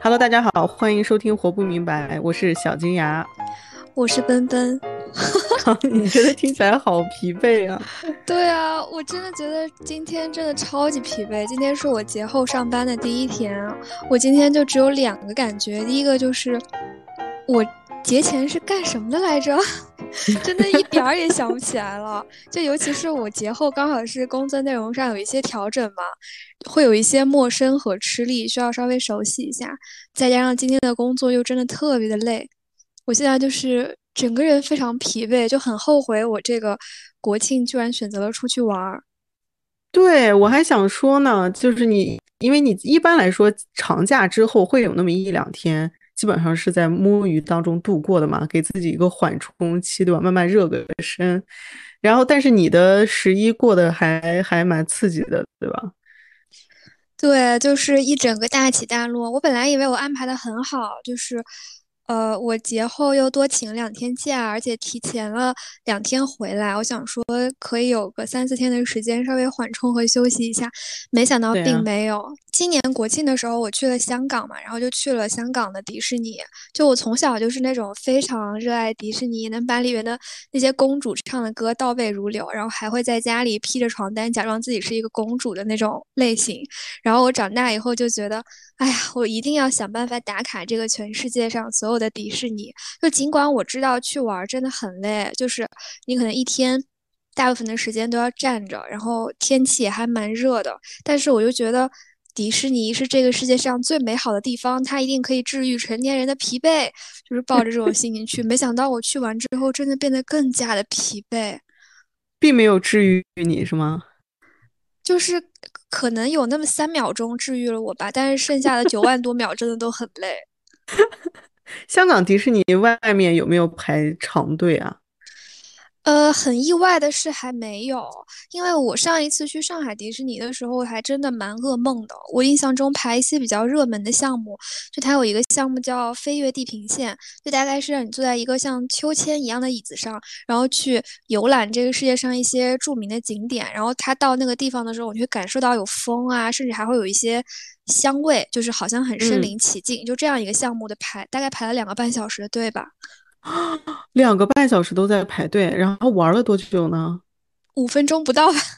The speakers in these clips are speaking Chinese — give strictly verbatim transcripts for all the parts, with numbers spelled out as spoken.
Hello，大家好，欢迎收听《活不明白》，我是小金牙。 我是奔奔。 你觉得听起来好疲惫啊？ 对啊，我真的觉得今天真的超级疲惫。今天是我节后上班的第一天啊，我今天就只有两个感觉。第一个就是我节前是干什么的来着？真的一点儿也想不起来了。就尤其是我节后刚好是工作内容上有一些调整嘛，会有一些陌生和吃力，需要稍微熟悉一下。再加上今天的工作又真的特别的累，我现在就是整个人非常疲惫，就很后悔我这个国庆居然选择了出去玩儿。 对，我还想说呢，就是你，因为你一般来说长假之后会有那么一两天，基本上是在摸鱼当中度过的嘛，给自己一个缓冲期，对吧？慢慢热个身。然后，但是你的十一过得还还蛮刺激的，对吧？ 对，就是一整个大起大落。我本来以为我安排的很好，就是，呃，我节后又多请了两天假，而且提前了两天回来。我想说可以有个三四天的时间稍微缓冲和休息一下，没想到对呀。 并没有。今年国庆的时候我去了香港嘛，然后就去了香港的迪士尼。就我从小就是那种非常热爱迪士尼，能把里面的那些公主唱的歌倒背如流，然后还会在家里披着床单假装自己是一个公主的那种类型。然后我长大以后就觉得，哎呀，我一定要想办法打卡这个全世界上所有的迪士尼。就尽管我知道去玩真的很累，就是你可能一天大部分的时间都要站着，然后天气也还蛮热的，但是我就觉得迪士尼是这个世界上最美好的地方，它一定可以治愈成年人的疲惫，就是抱着这种心情去。没想到我去完之后，真的变得更加的疲惫。 并没有治愈你是吗？ 就是可能有那么三秒钟治愈了我吧，但是剩下的九万多秒真的都很累。 香港迪士尼外面有没有排长队啊？ 呃，很意外的是还没有，因为我上一次去上海迪士尼的时候，还真的蛮噩梦的。我印象中排一些比较热门的项目，就它有一个项目叫飞越地平线，就大概是让你坐在一个像秋千一样的椅子上，然后去游览这个世界上一些著名的景点。然后它到那个地方的时候，你会感受到有风啊，甚至还会有一些香味，就是好像很身嗯， 临其境。就这样一个项目的排，大概排了两个半小时的队吧。 两个半小时都在排队，然后玩了多久呢？ 五分钟不到吧。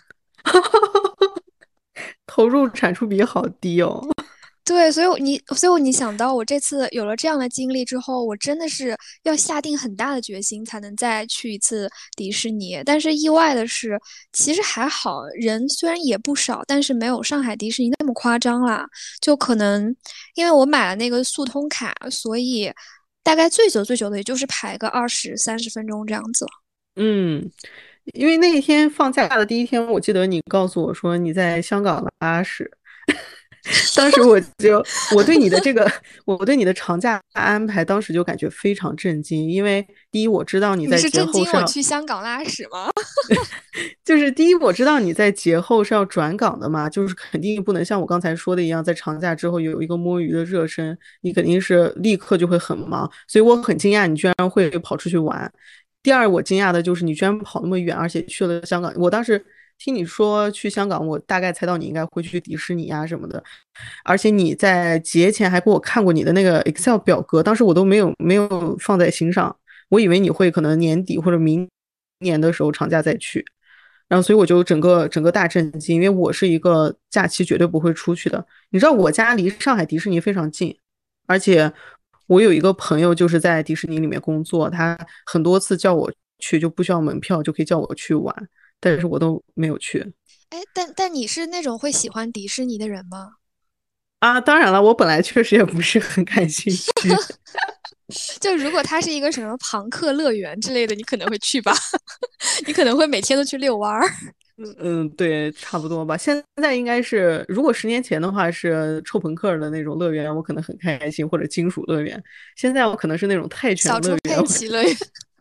投入产出比好低哦。 对，所以你，所以你想到我这次有了这样的经历之后，我真的是要下定很大的决心才能再去一次迪士尼。但是意外的是，其实还好，人虽然也不少，但是没有上海迪士尼那么夸张啦。就可能因为我买了那个速通卡，所以大概最久最久的也就是排个二十三十分钟这样子。 嗯，因为那一天放假的第一天，我记得你告诉我说你在香港拉屎，当时我就我对你的这个我对你的长假安排，当时就感觉非常震惊，因为第一我知道你你在是震惊我节后是要， 去香港拉屎吗？ 就是第一我知道你在节后是要转岗的嘛，就是肯定不能像我刚才说的一样，在长假之后有一个摸鱼的热身，你肯定是立刻就会很忙，所以我很惊讶你居然会跑出去玩。第二，我惊讶的就是你居然跑那么远，而且去了香港。我当时听你说去香港，我大概猜到你应该会去迪士尼啊什么的。而且你在节前还给我看过你的那个 Excel 表格，当时我都没有没有放在心上，我以为你会可能年底或者明年的时候长假再去。然后，所以我就整个整个大震惊，因为我是一个假期绝对不会出去的。你知道我家离上海迪士尼非常近，而且我有一个朋友就是在迪士尼里面工作，他很多次叫我去就不需要门票就可以叫我去玩，但是我都没有去。 哎，但但你是那种会喜欢迪士尼的人吗？ 啊，当然了，我本来确实也不是很感兴趣。 就如果它是一个什么朋克乐园之类的，你可能会去吧，你可能会每天都去遛弯儿。 嗯，对，差不多吧。现在应该是，如果十年前的话是臭朋克的那种乐园，我可能很开心，或者金属乐园。现在我可能是那种泰拳小猪乐园， 佩奇乐园。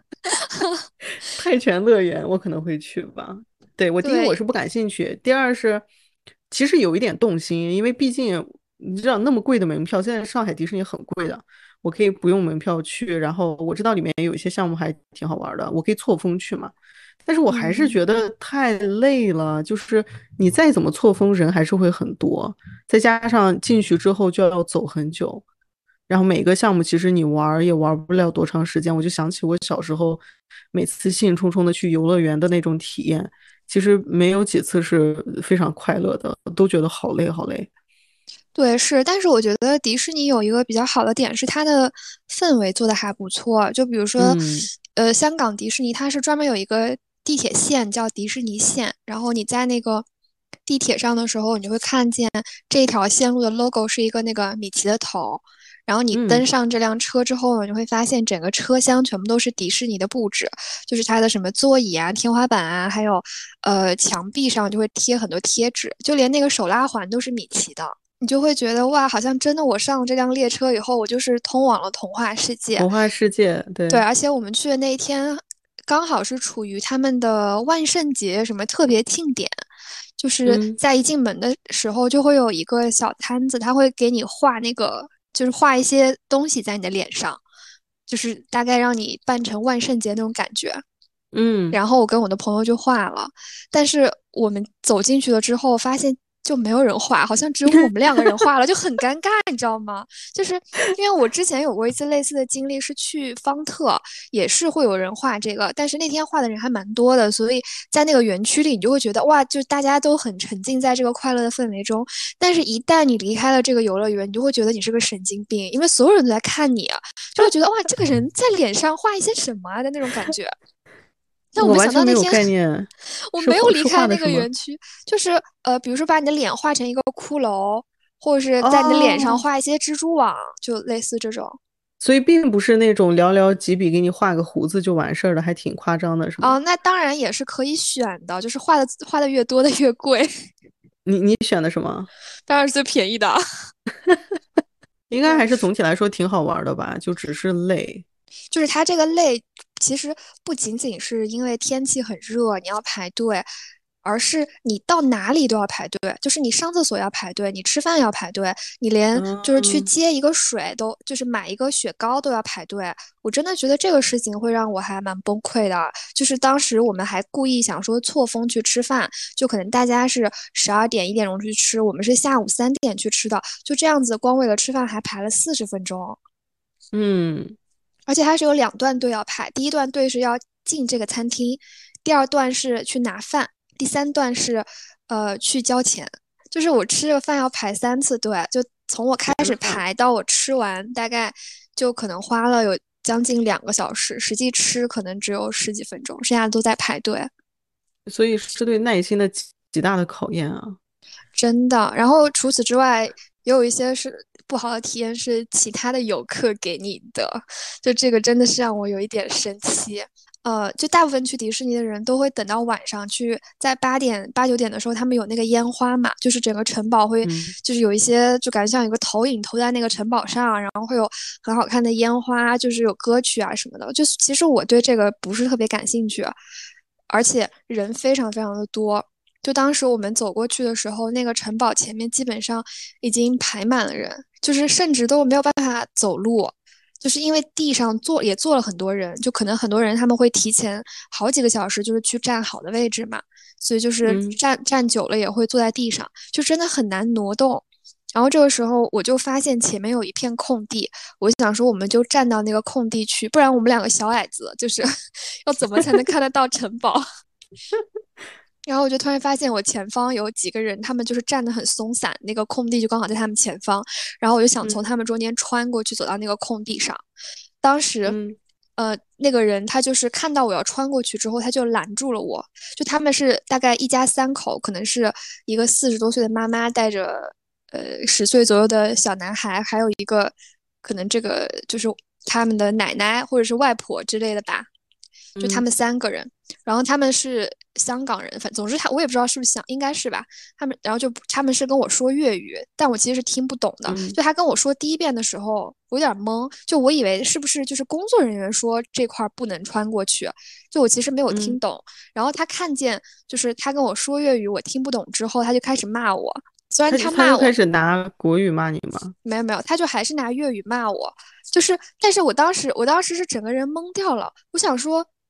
泰拳乐园我可能会去吧。对，我第一我对， 是不感兴趣，第二是其实有一点动心，因为毕竟你知道那么贵的门票，现在上海迪士尼很贵的，我可以不用门票去，然后我知道里面有一些项目还挺好玩的，我可以错峰去嘛。但是我还是嗯， 觉得太累了，就是你再怎么错峰，人还是会很多，再加上进去之后就要走很久。 然后每个项目其实你玩也玩不了多长时间。我就想起我小时候每次兴冲冲的去游乐园的那种体验，其实没有几次是非常快乐的，都觉得好累好累。 对，是，但是我觉得迪士尼有一个比较好的点是它的氛围做的还不错。就比如说， 嗯呃，香港迪士尼它是专门有一个地铁线叫迪士尼线，然后你在那个地铁上的时候，你就会看见这一条线路的 logo 是一个那个米奇的头。然后你登嗯上这辆车之后呢，你会发现整个车厢全部都是迪士尼的布置，就是它的什么座椅啊、天花板啊，还有呃墙壁上就会贴很多贴纸，就连那个手拉环都是米奇的。你就会觉得哇，好像真的我上了这辆列车以后，我就是通往了童话世界。 童话世界， 对， 对。 而且我们去的那一天刚好是处于他们的万圣节什么特别庆典，就是嗯在一进门的时候就会有一个小摊子，他会给你画那个，就是画一些东西在你的脸上，就是大概让你扮成万圣节那种感觉。 嗯。 然后我跟我的朋友就画了，但是我们走进去了之后，发现就没有人画，好像只有我们两个人画了，就很尴尬，你知道吗？就是因为我之前有过一次类似的经历，是去方特，也是会有人画这个，但是那天画的人还蛮多的，所以在那个园区里，你就会觉得哇，就大家都很沉浸在这个快乐的氛围中。但是，一旦你离开了这个游乐园，你就会觉得你是个神经病，因为所有人都在看你啊，就会觉得哇，这个人在脸上画一些什么啊的那种感觉。但我没我完全没有想到那天概念， 我没有是画是离开那画的什么？ 个园区，就是呃，比如说把你的脸画成一个骷髅，或者是在你的脸上哦， 画一些蜘蛛网，就类似这种。 所以并不是那种寥寥几笔给你画个胡子就完事儿了，还挺夸张的，是啊、 吗？ 那当然也是可以选的，就是画的画的越多的越贵， 你你选的什么？ 当然是最便宜的。 应该对， 还是总体来说挺好玩的吧，就只是累。 就是它这个累，其实不仅仅是因为天气很热，你要排队，而是你到哪里都要排队，就是你上厕所要排队，你吃饭要排队，你连就是去嗯接一个水都，就是买一个雪糕都要排队。我真的觉得这个事情会让我还蛮崩溃的。就是当时我们还故意想说错峰去吃饭，就可能大家是十二点一点钟去吃，我们是下午三点去吃的，就这样子，光为了吃饭还排了四十分钟。 嗯。 而且它是有两段队要排，第一段队是要进这个餐厅，第二段是去拿饭，第三段是呃去交钱。就是我吃这个饭要排三次队，就从我开始排到我吃完，大概就可能花了有将近两个小时，实际吃可能只有十几分钟，剩下都在排队。 所以是对耐心的极极大的考验啊。 真的。然后除此之外，也有一些是不好的体验，是其他的游客给你的，就这个真的是让我有一点生气。呃，就大部分去迪士尼的人都会等到晚上去，在八点八九点的时候，他们有那个烟花嘛，就是整个城堡会， 嗯就是有一些就感觉像有个投影投在那个城堡上，然后会有很好看的烟花，就是有歌曲啊什么的。就其实我对这个不是特别感兴趣，而且人非常非常的多。就当时我们走过去的时候，那个城堡前面基本上已经排满了人，就是甚至都没有办法走路，就是因为地上坐也坐了很多人，就可能很多人他们会提前好几个小时就是去站好的位置嘛，所以就是嗯。 站站久了也会坐在地上，就真的很难挪动。然后这个时候我就发现前面有一片空地，我想说我们就站到那个空地去，不然我们两个小矮子就是要怎么才能看得到城堡？然后我就突然发现我前方有几个人，他们就是站得很松散，那个空地就刚好在他们前方。然后我就想从嗯他们中间穿过去，走到那个空地上。当时， 嗯呃，那个人他就是看到我要穿过去之后，他就拦住了我。就他们是大概一家三口，可能是一个四十多岁的妈妈带着呃十岁左右的小男孩，还有一个可能这个就是他们的奶奶或者是外婆之类的吧。就他嗯们三个人，然后他们是香港人，反总之他我也不知道是不是香，应该是吧。他们然后就他们是跟我说粤语，但我其实是听不懂的。 嗯就他跟我说第一遍的时候，我有点懵，就我以为是不是就是工作人员说这块不能穿过去，就我其实没有听嗯。 懂。然后他看见就是他跟我说粤语，我听不懂之后，他就开始骂我。虽然他就他就开他骂我， 始拿国语骂你吗？ 没有没有，他就还是拿粤语骂我，就是，但是我当时我当时是整个人懵掉了，我想说。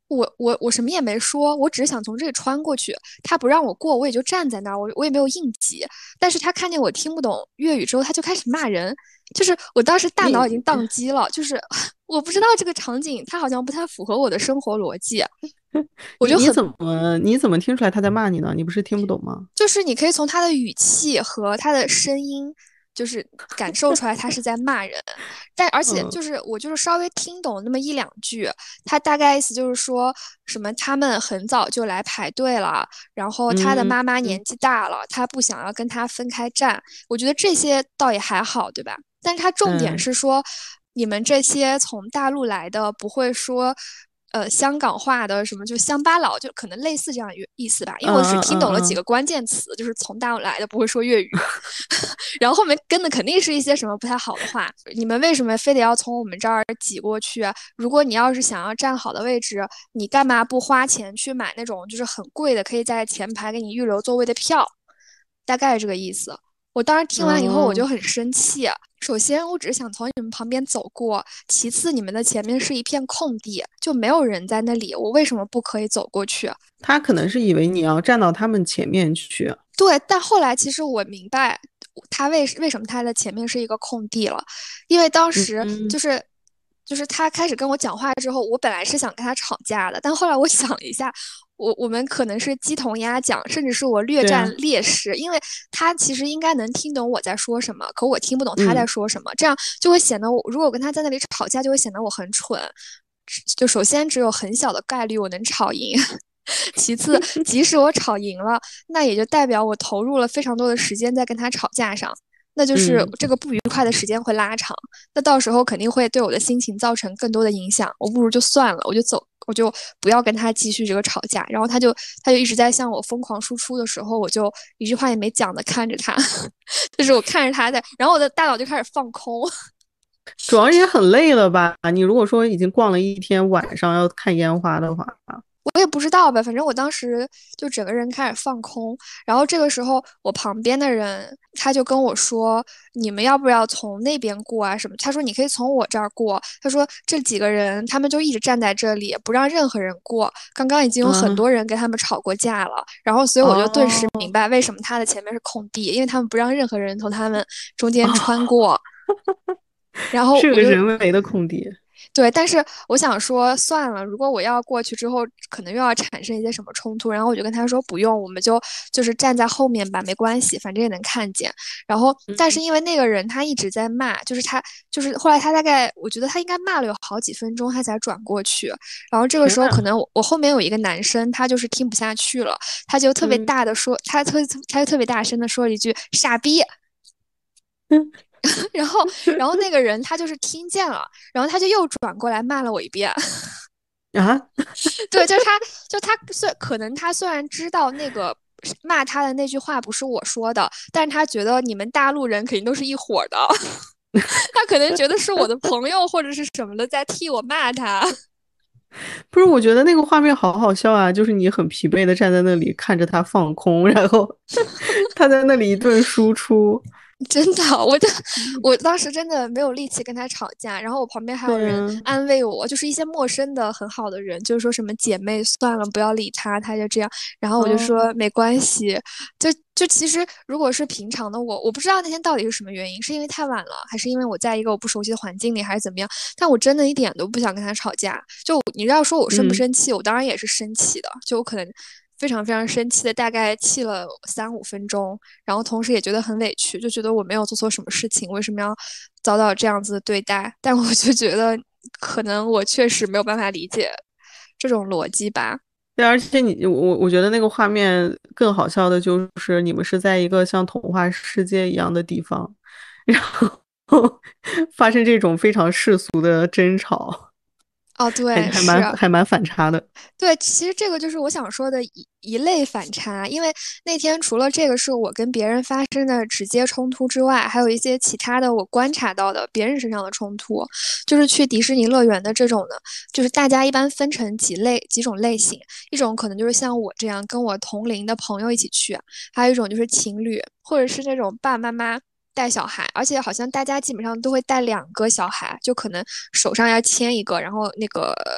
我我我什么也没说，我只是想从这里穿过去，他不让我过，我也就站在那儿，我我也没有应急。但是他看见我听不懂粤语之后，他就开始骂人，就是我当时大脑已经你宕机了，就是我不知道这个场景，它好像不太符合我的生活逻辑，我就很你你怎么你怎么听出来他在骂你呢？你不是听不懂吗？ 就是你可以从他的语气和他的声音，就是感受出来他是在骂人。但而且嗯就是我就是稍微听懂那么一两句，他大概意思就是说什么他们很早就来排队了，然后他的嗯妈妈嗯年纪大了，他不想要跟他分开站。我觉得这些倒也还好，对吧？但是他重点嗯是说，你们这些从大陆来的不会说。呃，香港话的什么就乡巴佬，就可能类似这样的意思吧，因为我只嗯嗯听懂了几个嗯嗯， 关键词，就是从大陆来的，不会说粤语，然后后面跟的肯定是一些什么不太好的话。你们为什么非得要从我们这儿挤过去啊？如果你要是想要站好的位置，你干嘛不花钱去买那种就是很贵的，可以在前排给你预留座位的票？大概是这个意思。我当时听完以后，我就哦， 很生气。首先，我只是想从你们旁边走过；其次，你们的前面是一片空地，就没有人在那里，我为什么不可以走过去？ 他可能是以为你要站到他们前面去。 对，但后来其实我明白他为为什么他的前面是一个空地了，因为当时就嗯是就是他开始跟我讲话之后，我本来是想跟他吵架的，但后来我想了一下，我我们可能是鸡同鸭讲，甚至是我略占对啊， 劣势，因为他其实应该能听懂我在说什么，可我听不懂他在嗯说什么，这样就会显得我如果我跟他在那里吵架，就会显得我很蠢。就首先只有很小的概率我能吵赢，其次，即使我吵赢了，那也就代表我投入了非常多的时间在跟他吵架上，那就是嗯， 这个不愉快的时间会拉长，那到时候肯定会对我的心情造成更多的影响。我不如就算了，我就走，我就不要跟他继续这个吵架。然后他就他就一直在向我疯狂输出的时候，我就一句话也没讲的看着他，就是我看着他在，然后我的大脑就开始放空。 主要也很累了吧？你如果说已经逛了一天，晚上要看烟花的话， 我也不知道吧，反正我当时就整个人开始放空，然后这个时候我旁边的人他就跟我说：“你们要不要从那边过啊？什么？”他说：“你可以从我这儿过。”他说：“这几个人他们就一直站在这里，不让任何人过。刚刚已经有很嗯， 多人跟他们吵过架了，然后所以我就顿时明哦白为什么他的前面是空地，因为他们不让任何人从他们中间穿哦， 过。”然后是个我就人为的空地。 对，但是我想说，算了，如果我要过去之后，可能又要产生一些什么冲突，然后我就跟他说不用，我们就就是站在后面吧，没关系，反正也能看见。然后，但是因为那个人他一直在骂，就是他就是后来他大概我觉得他应该骂了有好几分钟，他才转过去。然后这个时候可天呐， 能我我后面有一个男生，他就是听不下去了，他就特别嗯大的说，他特他就特别大声的说了一句傻逼。 嗯然后然后那个人他就是听见了，然后他就又转过来骂了我一遍。 啊， 对，就是他，就他虽可能他虽然知道那个骂他的那句话不是我说的，但是他觉得你们大陆人肯定都是一伙的，他可能觉得是我的朋友或者是什么的在替我骂他。 不是，我觉得那个画面好好笑啊！就是你很疲惫的站在那里看着他放空，然后他在那里一顿输出。 真的，我的我当时真的没有力气跟他吵架，然后我旁边还有人对呀， 安慰我，就是一些陌生的很好的人，就是说什么姐妹算了，不要理他，他就这样，然后我就哦， 说没关系，就就其实如果是平常的我，我不知道那天到底是什么原因，是因为太晚了，还是因为我在一个我不熟悉的环境里，还是怎么样？但我真的一点都不想跟他吵架，就你要说我生不嗯， 生气，我当然也是生气的，就我可能非常非常生气的，大概气了三五分钟。然后同时也觉得很委屈，就觉得我没有做错什么事情，为什么要遭到这样子的对待？但我就觉得可能我确实没有办法理解这种逻辑吧。 对，而且你我我觉得那个画面更好笑的就是你们是在一个像童话世界一样的地方，然后发生这种非常世俗的争吵， 哦， 还对， 还蛮是啊， 还蛮反差的。 对，其实这个就是我想说的一一类反差，因为那天除了这个是我跟别人发生的直接冲突之外，还有一些其他的我观察到的别人身上的冲突，就是去迪士尼乐园的这种呢，就是大家一般分成几类几种类型，一种可能就是像我这样跟我同龄的朋友一起去，还有一种就是情侣，或者是那种爸爸妈妈。带小孩，而且好像大家基本上都会带两个小孩，就可能手上要牵一个，然后那个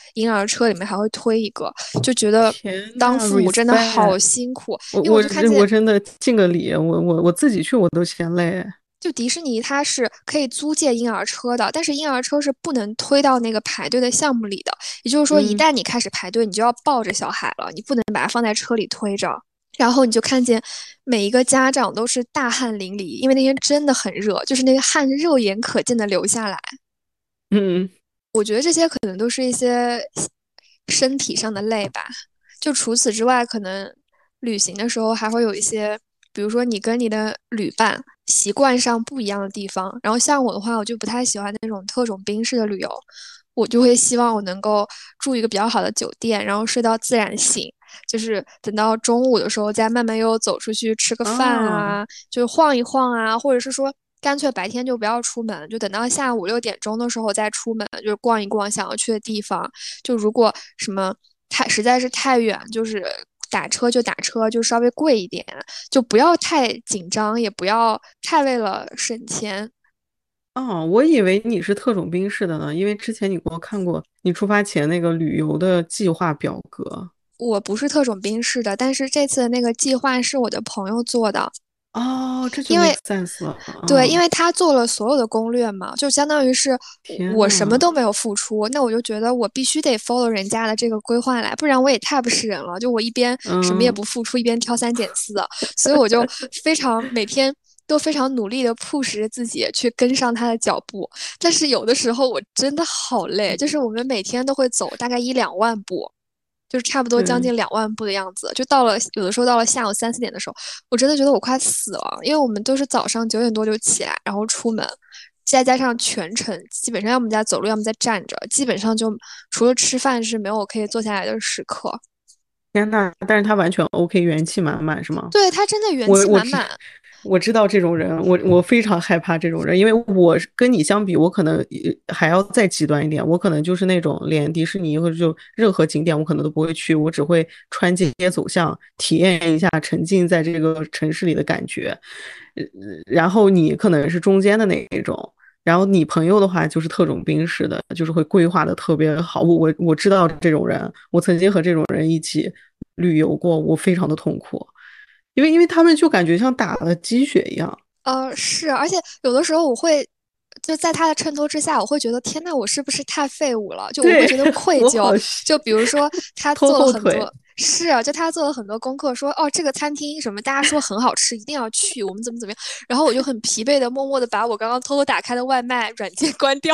婴儿车里面还会推一个，就觉得天呐当父母真的好 ，respect！ 辛苦，因为我我我就看见。 我真的敬个礼，我我我自己去我都嫌累。 就迪士尼它是可以租借婴儿车的，但是婴儿车是不能推到那个排队的项目里的。也就是说，一嗯。 旦你开始排队，你就要抱着小孩了，你不能把它放在车里推着。然后你就看见每一个家长都是大汗淋漓，因为那天真的很热，就是那个汗肉眼可见的流下来。 嗯。 我觉得这些可能都是一些身体上的累吧。就除此之外，可能旅行的时候还会有一些，比如说你跟你的旅伴习惯上不一样的地方。然后像我的话，我就不太喜欢那种特种兵式的旅游，我就会希望我能够住一个比较好的酒店，然后睡到自然醒。就是等到中午的时候，再慢慢悠悠走出去吃个饭啊。 啊，就是晃一晃啊，或者是说干脆白天就不要出门，就等到下午六点钟的时候再出门，就是逛一逛想要去的地方。就如果什么太实在是太远，就是打车就打车，就稍微贵一点，就不要太紧张，也不要太为了省钱。 哦，我以为你是特种兵式的呢，因为之前你给我看过你出发前那个旅游的计划表格。 我不是特种兵式的，但是这次的那个计划是我的朋友做的。 哦，这就因 make 为 sense 了。 对，因嗯。 为他做了所有的攻略嘛，就相当于是我什么天呐。 都没有付出，那我就觉得我必须得 follow 人家的这个规划来，不然我也太不是人了。就我一边什么也嗯。 不付出，一边挑三拣四的，所以我就非常每天都非常努力的 push 着自己去跟上他的脚步。但是有的时候我真的好累，就是我们每天都会走大概一两万步。就是差不多将对。 近两万步的样子，就到了有的时候到了下午三四点的时候，我真的觉得我快死了，因为我们都是早上九点多就起来，然后出门，再加上全程基本上要么在走路，要么在站着，基本上就除了吃饭是没有可以坐下来的时刻。 天呐，但是他完全 OK，元气满满是吗？ 对，他真的元我我知气满满。 我知道这种人，我我非常害怕这种人，因为我跟你相比，我可能呃还要再极端一点，我可能就是那种连迪士尼或者就任何景点我可能都不会去，我只会穿街走巷，体验一下沉浸在这个城市里的感觉。呃然后你可能是中间的那一种。然后你朋友的话就是特种兵式的，就是会规划的特别好。我我我知道这种人，我曾经和这种人一起旅游过，我非常的痛苦。因为因为他们就感觉像打了鸡血一样。 呃，是，而且有的时候我会就在他的衬托之下，我会觉得天呐，我是不是太废物了？就我会对。 觉得愧疚。 我好就比如说他拖做了后腿。 很多。是啊，就他做了很多功课，说哦，这个餐厅什么，大家说很好吃，一定要去，我们怎么怎么样。然后我就很疲惫的默默的把我刚刚偷偷打开的外卖软件关掉。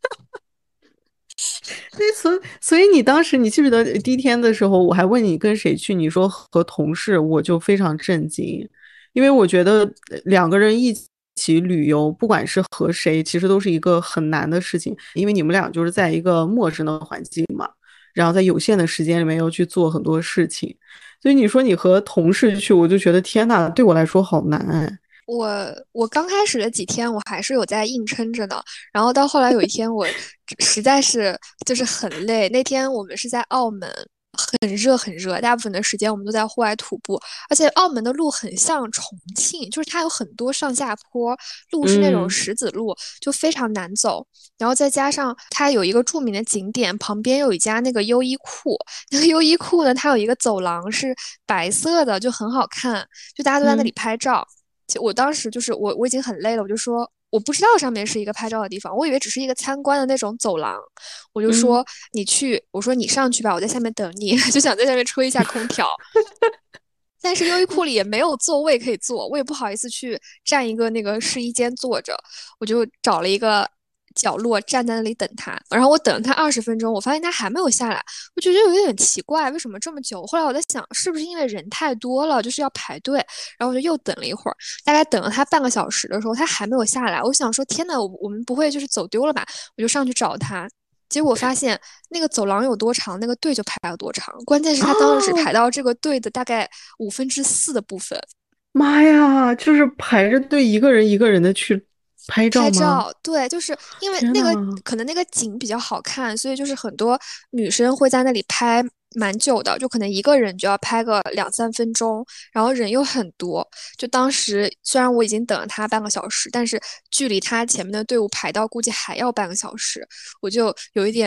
对，所以所以你当时你记不记得第一天的时候，我还问你跟谁去，你说和同事，我就非常震惊。因为我觉得呃两个人一起旅游，不管是和谁，其实都是一个很难的事情，因为你们俩就是在一个陌生的环境嘛，然后在有限的时间里面要去做很多事情。所以你说你和同事去，我就觉得天呐，对我来说好难哎。 我我刚开始的几天我还是有在硬撑着呢，然后到后来有一天我实在是就是很累，那天我们是在澳门，很热很热，大部分的时间我们都在户外徒步，而且澳门的路很像重庆，就是它有很多上下坡，路是那种嗯。 石子路，就非常难走。然后再加上它有一个著名的景点，旁边有一家那个优衣库，那个优衣库呢，它有一个走廊是白色的，就很好看，就大家都在那里嗯。 拍照。就我当时就是我我已经很累了，我就说我不知道上面是一个拍照的地方，我以为只是一个参观的那种走廊，我就嗯。 说你去，我说你上去吧，我在下面等你，就想在下面吹一下空调。但是优衣库里也没有座位可以坐，我也不好意思去占一个那个试衣间坐着，我就找了一个角落站在那里等他。然后我等了他二十分钟，我发现他还没有下来，我觉得有点奇怪，为什么这么久？后来我在想，是不是因为人太多了，就是要排队？然后我就又等了一会儿，大概等了他半个小时的时候，他还没有下来。我想说，天呐，我我们不会就是走丢了吧？我就上去找他。结果发现那个走廊有多长，那个队就排有多长。关键是他当时只排哦。 到这个队的大概五分之四的部分。 妈呀，就是排着队一个人一个人的去拍照吗？ 拍照，对，就是因为那个天呐。 可能那个景比较好看，所以就是很多女生会在那里拍蛮久的，就可能一个人就要拍个两三分钟，然后人又很多。就当时虽然我已经等了他半个小时，但是距离他前面的队伍排到估计还要半个小时，我就有一点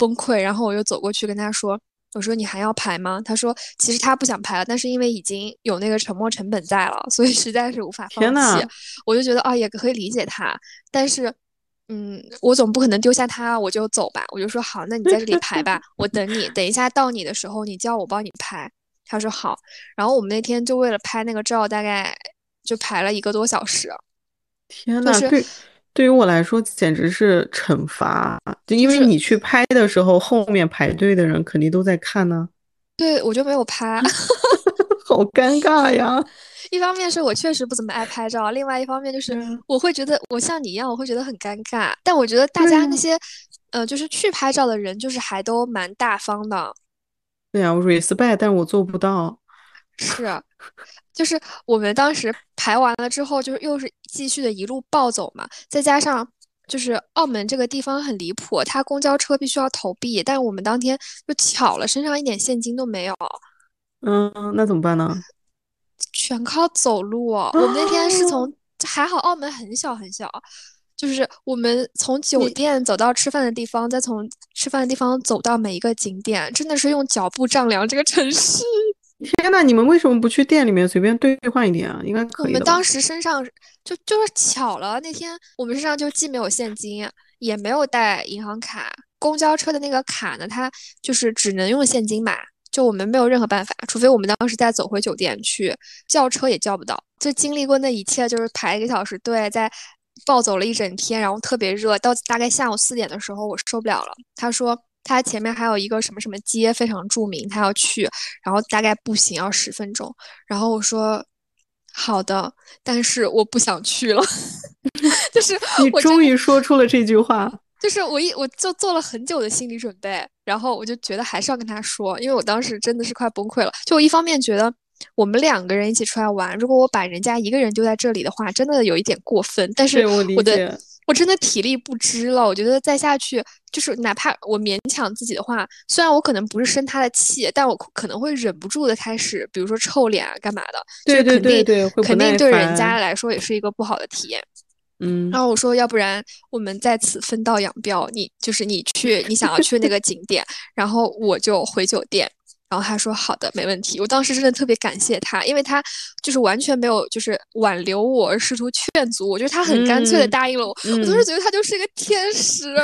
崩溃，然后我又走过去跟他说。我说你还要排吗？他说其实他不想排了，但是因为已经有那个沉没成本在了，所以实在是无法放弃。 天呐， 我就觉得啊，也可以理解他，但是，嗯，我总不可能丢下他，我就走吧。我就说好，那你在这里排吧，我等你。等一下到你的时候，你叫我帮你拍。他说好。然后我们那天就为了拍那个照，大概就排了一个多小时。 天呐， 就是对，对于我来说简直是惩罚，就因为就是你去拍的时候，后面排队的人肯定都在看呢， 对我就没有拍。 好尴尬呀。 一方面是我确实不怎么爱拍照，另外一方面就是对啊， 我会觉得我像你一样，我会觉得很尴尬。但我觉得大对呀， 家那些，呃，就是去拍照的人，就是还都蛮大方的。 对呀，我 respect，但是我做不到。 是，就是我们当时排完了之后，就是又是继续的一路暴走嘛，再加上就是澳门这个地方很离谱，它公交车必须要投币，但是我们当天就巧了，身上一点现金都没有， 嗯，那怎么办呢？ 全靠走路哦。我们那天是啊， 从，还好澳门很小很小，就是我们从酒你店走到吃饭的地方，再从吃饭的地方走到每一个景点，真的是用脚步丈量这个城市。 天呐，你们为什么不去店里面随便兑换一点啊？应该我可以的吧？ 们当时身上就就是巧了，那天我们身上就既没有现金，也没有带银行卡，公交车的那个卡呢，它就是只能用现金买，就我们没有任何办法，除非我们当时再走回酒店去叫车也叫不到。就经历过那一切，就是排一个小时队，在暴走了一整天，然后特别热，到大概下午四点的时候，我受不了了。他说他前面还有一个什么什么街非常著名，他要去，然后大概步行要十分钟。然后我说好的，但是我不想去了。就是你我真的终于说出了这句话。 就是我一我就做了很久的心理准备，然后我就觉得还是要跟他说，因为我当时真的是快崩溃了。就我一方面觉得我们两个人一起出来玩，如果我把人家一个人丢在这里的话，真的有一点过分。但是对，我我的理解。 我真的体力不支了，我觉得再下去就是哪怕我勉强自己的话，虽然我可能不是生他的气，但我可能会忍不住的开始，比如说臭脸啊干嘛的，就对对是肯定对对，会不肯定耐对人家烦。 来说也是一个不好的体验。然嗯， 后我说，要不然我们在此分道扬镳，你就是你去你想要去那个景点，然后我就回酒店。然后他说好的，没问题。我当时真的特别感谢他，因为他就是完全没有就是挽留我，试图劝阻我，就是他很干脆的嗯答应了我。我当时嗯， 觉得他就是一个天使。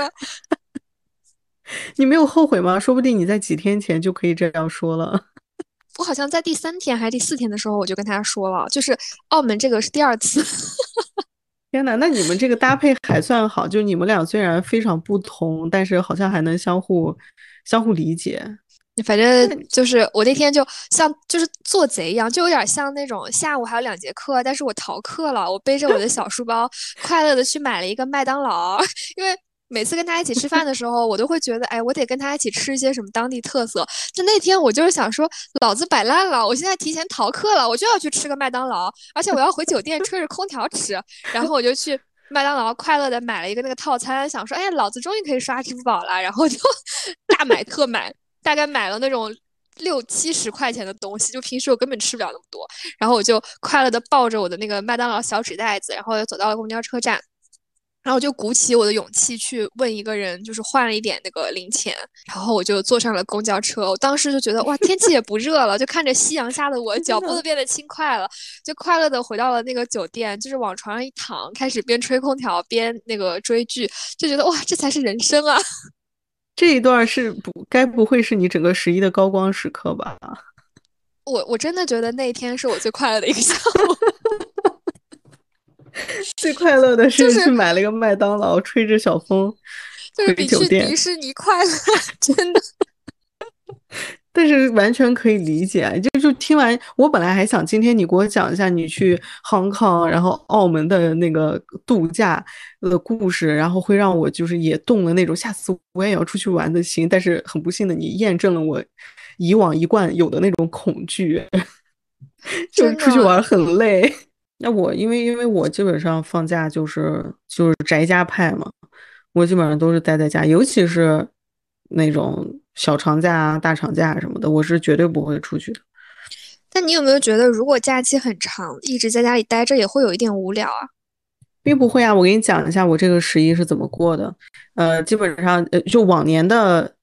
你没有后悔吗？说不定你在几天前就可以这样说了。 我好像在第三天还是第四天的时候，我就跟他说了，就是澳门这个是第二次。 天呐，那你们这个搭配还算好，就你们俩虽然非常不同，但是好像还能相互相互理解。 反正那就是我那天就像就是做贼一样，就有点像那种下午还有两节课，但是我逃课了，我背着我的小书包，快乐的去买了一个麦当劳。因为每次跟他一起吃饭的时候，我都会觉得，哎，我得跟他一起吃一些什么当地特色。就那天我就是想说，老子摆烂了，我现在提前逃课了，我就要去吃个麦当劳，而且我要回酒店吹着空调吃，然后我就去。麦当劳快乐的买了一个那个套餐，想说，哎，老子终于可以刷支付宝了，然后就大买特买，大概买了那种六七十块钱的东西，就平时我根本吃不了那么多。然后我就快乐的抱着我的那个麦当劳小纸袋子，然后走到了公交车站。然后我就鼓起我的勇气去问一个人，就是换了一点那个零钱，然后我就坐上了公交车。我当时就觉得哇，天气也不热了，就看着夕阳下的我，脚步都变得轻快了，就快乐的回到了那个酒店，就是往床上一躺，开始边吹空调边那个追剧，就觉得哇，这才是人生啊！ 这一段是不该不会是你整个十一的高光时刻吧？ 我我真的觉得那一天是我最快乐的一个下午。 最快乐的就是是去买了一个麦当劳，吹着小风回就是比去迪酒店。 士尼快乐。真的。 但是完全可以理解啊，就就听完，我本来还想今天你给我讲一下你去 Hong Kong，然后澳门的那个度假的故事，然后会让我就是也动了那种下次我也要出去玩的心。但是很不幸的，你验证了我以往一贯有的那种恐惧，就出去真的。 玩很累。那我因为因为我基本上放假就是就是宅家派嘛，我基本上都是待在家，尤其是那种小长假啊、大长假什么的，我是绝对不会出去的。 但你有没有觉得，如果假期很长，一直在家里待着也会有一点无聊啊？ 并不会啊，我给你讲一下我这个十一是怎么过的。呃，基本上呃，就往年的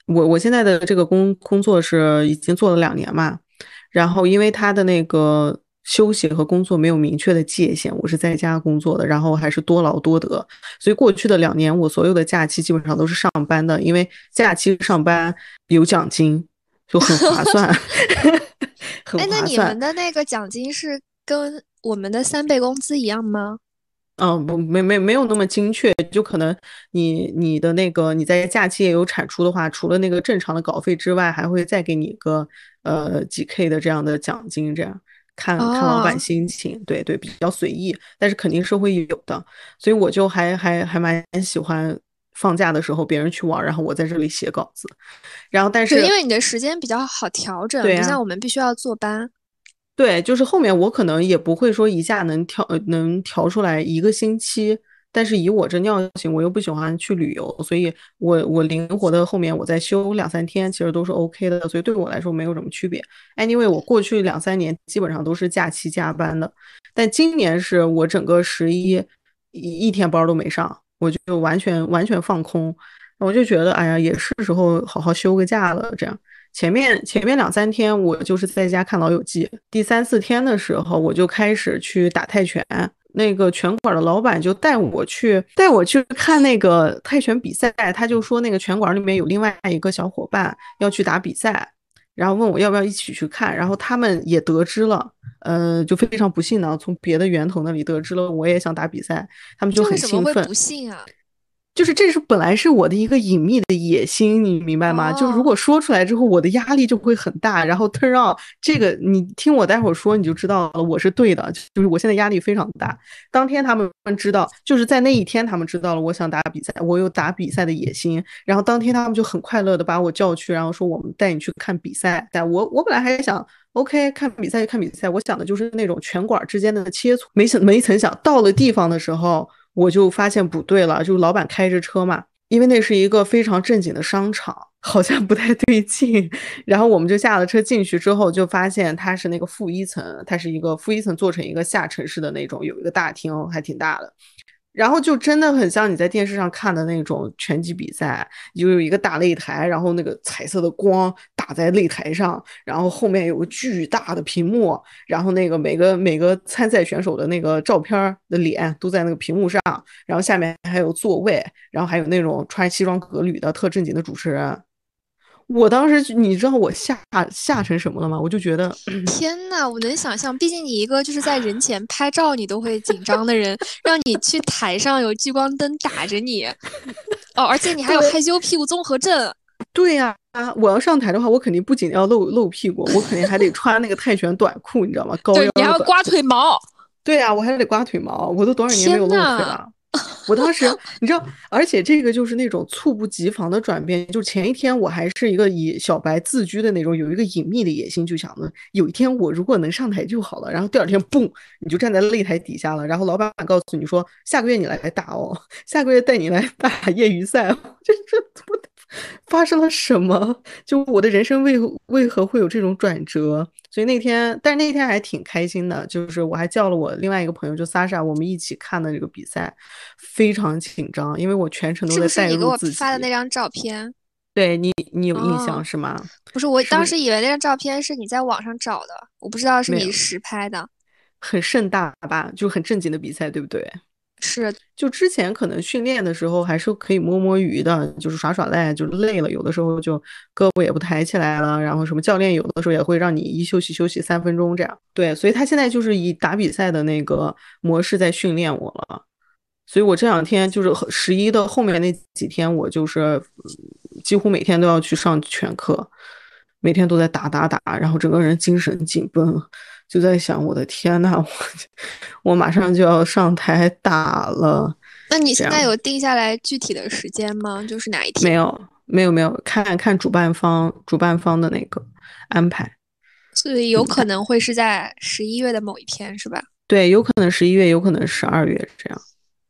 我我现在的这个工工作是已经做了两年嘛，然后因为他的那个休息和工作没有明确的界限，我是在家工作的，然后还是多劳多得，所以过去的两年我所有的假期基本上都是上班的，因为假期上班有奖金，就很划算，很哎，那划算。 你们的那个奖金是跟我们的三倍工资一样吗？ 嗯，不，没没没有那么精确，就可能你你的那个你在假期也有产出的话，除了那个正常的稿费之外，还会再给你一个呃几 K 的这样的奖金，这样看看老板哦， 心情，对对，比较随意，但是肯定是会有的，所以我就还还还蛮喜欢放假的时候别人去玩，然后我在这里写稿子，然后但对，因是为你的时间比较好调整，不像对呀、 我们必须要坐班。 对，就是后面我可能也不会说一下能调呃能调出来一个星期，但是以我这尿性，我又不喜欢去旅游，所以我我灵活的后面我再休两三天，其实都是 OK 的，所以对我来说没有什么区别。Anyway，我过去两三年基本上都是假期加班的，但今年是我整个十一一一天班都没上，我就完全完全放空，我就觉得哎呀，也是时候好好休个假了，这样。前面前面两三天我就是在家看《老友记》，第三四天的时候我就开始去打泰拳。那个拳馆的老板就带我去带我去看那个泰拳比赛，他就说那个拳馆里面有另外一个小伙伴要去打比赛，然后问我要不要一起去看，然后他们也得知了，呃，就非常不幸的从别的源头那里得知了我也想打比赛，他们就很这为什么兴奋。 会不信啊？ 就是这是本来是我的一个隐秘的野心，你明白吗？就如哦， 果说出来之后，我的压力就会很大。然后 turn on 这个，你听我待会儿说，你就知道了，我是对的。就是我现在压力非常大。当天他们知道，就是在那一天，他们知道了我想打比赛，我有打比赛的野心。然后当天他们就很快乐的把我叫去，然后说我们带你去看比赛。但我我本来还想。OK，看比赛就看比赛，我想的就是那种拳馆之间的切磋，没想没曾想到了地方的时候，我就发现不对了，就老板开着车嘛，因为那是一个非常正经的商场，好像不太对劲。然后我们就下了车进去之后，就发现它是那个负一层，它是一个负一层做成一个下沉式的那种，有一个大厅，还挺大的。然后就真的很像你在电视上看的那种拳击比赛，就有一个大擂台，然后那个彩色的光打在擂台上，然后后面有个巨大的屏幕，然后那个每个每个参赛选手的那个照片的脸都在那个屏幕上，然后下面还有座位，然后还有那种穿西装革履的特正经的主持人。我当时你知道我吓吓成什么了吗？我就觉得天呐，我能想象，毕竟你一个就是在人前拍照你都会紧张的人，让你去台上有聚光灯打着你，哦，而且你还有对害羞屁股综合症。 对呀、啊，我要上台的话，我肯定不仅要露露屁股，我肯定还得穿那个泰拳短裤，你知道吗？高对， 腰的短。 你还要刮腿毛。 对呀、啊，我还得刮腿毛，我都多少年没有天呐， 露腿了。我当时，你知道，而且这个就是那种猝不及防的转变。就前一天我还是一个以小白自居的那种，有一个隐秘的野心，就想着有一天我如果能上台就好了。然后第二天，嘣，你就站在擂台底下了。然后老板告诉你说，下个月你来打哦，下个月带你来打业余赛。这这发生了什么？就我的人生为为何会有这种转折？所以那天，但是那天还挺开心的，就是我还叫了我另外一个朋友，就 Sasha，我们一起看的这个比赛，非常紧张，因为我全程都是不是在带你给我入自己。 发的那张照片？ 对你，你有印象哦， 是吗？ 不是，我是不是当时以为那张照片是你在网上找的，我不知道是你没有实拍的。 很盛大吧？就很正经的比赛，对不对？ 是， 就之前可能训练的时候还是可以摸摸鱼的，就是耍耍赖，就是累了，有的时候就胳膊也不抬起来了，然后什么教练有的时候也会让你一休息休息三分钟这样。对，所以他现在就是以打比赛的那个模式在训练我了。所以我这两天就是十一的后面那几天，我就是几乎每天都要去上拳课，每天都在打打打，然后整个人精神紧绷，就在想我的天呐，我我马上就要上台打了， 那你现在这样有定下来具体的时间吗？就是哪一天？ 没有没有没有看看主办方主办方的那个安排， 所以有嗯， 可能会是在十一月的某一天，是吧？ 对，有可能十一月，有可能十二月这样。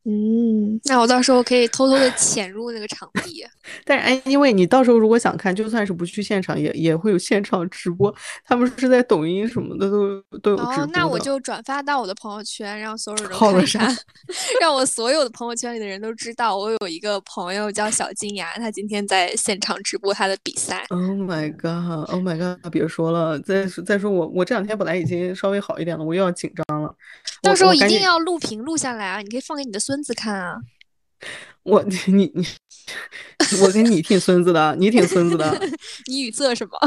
嗯，那我到时候可以偷偷的潜入那个场地。 但是哎，因为你到时候如果想看，就算是不去现场，也也会有现场直播，他们是在抖音什么的都都有直哦，那播的。 我就转发到我的朋友圈，让所有人都好的呀。 看一看，让我所有的朋友圈里的人都知道，我有一个朋友叫小金牙，他今天在现场直播他的比赛。 Oh my god! Oh my god! 别说了，再说再说我我这两天本来已经稍微好一点了，我又要紧张了。我到时候一我赶紧， 定要录屏录下来啊，你可以放给你的孙子看啊。 我你你我跟你挺孙子的，你挺孙子的。 你语塞什么？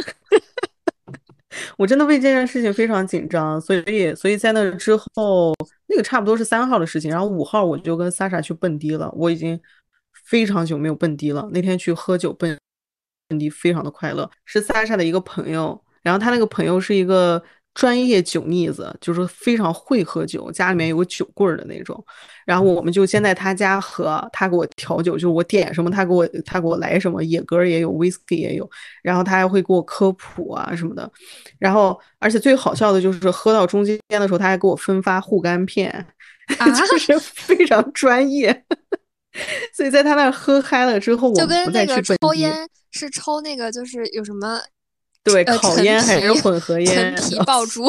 我真的为这件事情非常紧张，所以所以在那之后，那个差不多是三号的事情，然后五号我就跟莎莎去蹦迪了。我已经非常久没有蹦迪了，那天去喝酒蹦蹦迪非常的快乐，是莎莎的一个朋友，然后他那个朋友是一个专业酒腻子，就是非常会喝酒，家里面有个酒柜的那种。然后我们就先在他家喝，他给我调酒，就是我点什么他给我他给我来什么，野格也有，whisky 也有，然后他还会给我科普啊什么的。然后而且最好笑的就是喝到中间的时候，他还给我分发护肝片， 啊， 就是非常专业。所以在他那喝嗨了之后，我就们再跟那个去蹦迪。 抽烟是抽那个就是有什么对， 呃烤烟还是陈皮混合烟？ 陈皮爆珠。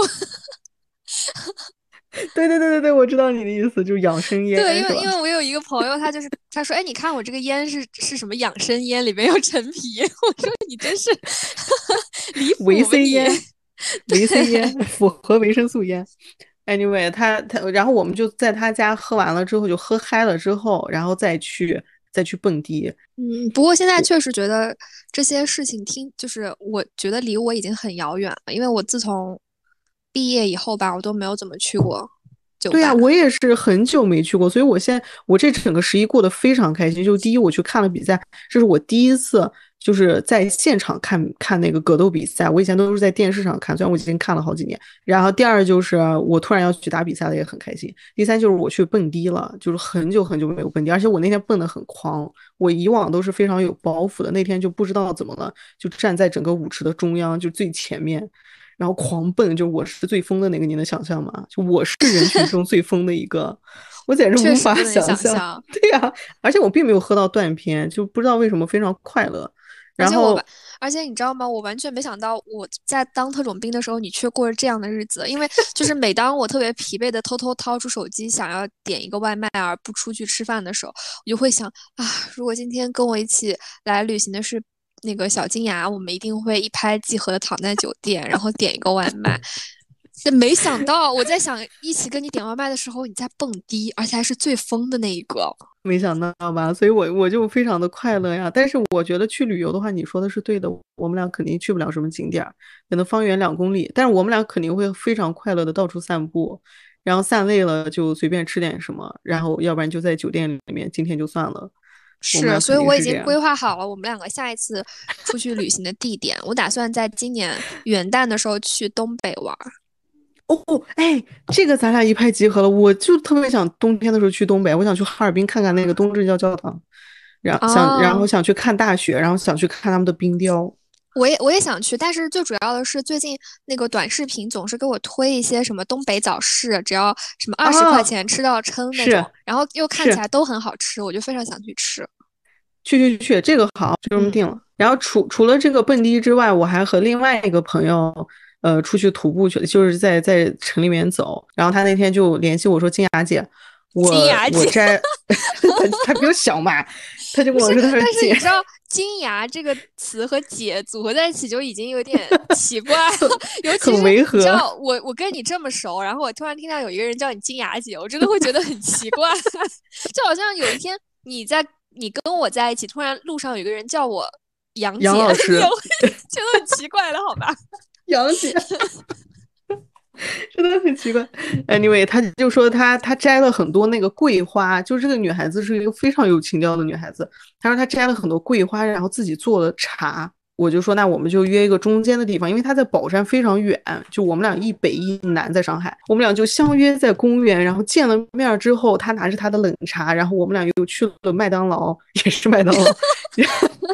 对对对对对，我知道你的意思，就是养生烟对，因是吧？ 为因为我有一个朋友，他就是他说，哎，你看我这个烟是是什么养生烟，里面有陈皮。我说你真是离维谱吧 C 你？ 烟，维 C 烟符合维生素烟。Anyway，他他，然后我们就在他家喝完了之后，就喝嗨了之后，然后再去再去蹦迪。 嗯，不过现在确实觉得这些事情听，就是我觉得离我已经很遥远了，因为我自从毕业以后吧，我都没有怎么去过酒对呀， 吧。 我也是很久没去过，所以我现在我这整个十一过得非常开心。就第一，我去看了比赛，这是我第一次就是在现场看看那个格斗比赛。我以前都是在电视上看，虽然我已经看了好几年。然后第二就是我突然要去打比赛了，也很开心。第三就是我去蹦迪了，就是很久很久没有蹦迪，而且我那天蹦得很狂。我以往都是非常有包袱的，那天就不知道怎么了，就站在整个舞池的中央，就最前面。然后狂奔，就我是最疯的那个，你能想象吗？就我是人群中最疯的一个，我简直无法确实不能想象。 想象。 对呀、啊，而且我并没有喝到断片，就不知道为什么非常快乐。 而且我完， 然后而且你知道吗？我完全没想到我在当特种兵的时候，你却过着这样的日子。因为就是每当我特别疲惫的偷偷掏出手机想要点一个外卖而不出去吃饭的时候，我就会想啊，如果今天跟我一起来旅行的是那个小金牙，我们一定会一拍即合的躺在酒店，然后点一个外卖。但没想到我在想一起跟你点外卖的时候，你在蹦迪，而且还是最疯的那一个。 没想到吧，所以我我就非常的快乐呀。但是我觉得去旅游的话，你说的是对的，我们俩肯定去不了什么景点儿，可能方圆两公里，但是我们俩肯定会非常快乐的到处散步，然后散累了就随便吃点什么，然后要不然就在酒店里面，今天就算了。我们是， 俩肯定所以我已是这样。 经规划好了我们两个下一次出去旅行的地点。我打算在今年元旦的时候去东北玩。 哦，哎，这个咱俩一拍即合了。我就特别想冬天的时候去东北，我想去哈尔滨看看那个东正教教堂，然后想，然后哦， 想去看大雪，然后想去看他们的冰雕。 我也我也想去，但是最主要的是最近那个短视频总是给我推一些什么东北早市，只要什么二十块啊， 钱吃到撑那种， 是然后又看起是， 来都很好吃，我就非常想去吃。 去去去，这个好，就这么定嗯， 了。然后除除了这个蹦迪之外，我还和另外一个朋友，呃，出去徒步去了，就是在在城里面走。然后他那天就联系我说：“金雅姐，我金牙姐。 我摘，他他比我小嘛，他就跟不是， 我说，他说姐， 但是你知道“金牙”这个词和“姐”组合在一起就已经有点奇怪了。尤其是很违和。 你知道，我我跟你这么熟，然后我突然听到有一个人叫你“金牙姐”，我真的会觉得很奇怪。就好像有一天你在你跟我在一起，突然路上有一个人叫我杨杨姐， 老师， 你也会觉得很奇怪的，好吧？ 杨姐。”真的很奇怪。Anyway，他就说他他摘了很多那个桂花，就是这个女孩子是一个非常有情调的女孩子。她说她摘了很多桂花，然后自己做了茶。我就说那我们就约一个中间的地方，因为她在宝山非常远，就我们俩一北一南在上海，我们俩就相约在公园，然后见了面之后，她拿着她的冷茶，然后我们俩又去了麦当劳，也是麦当劳。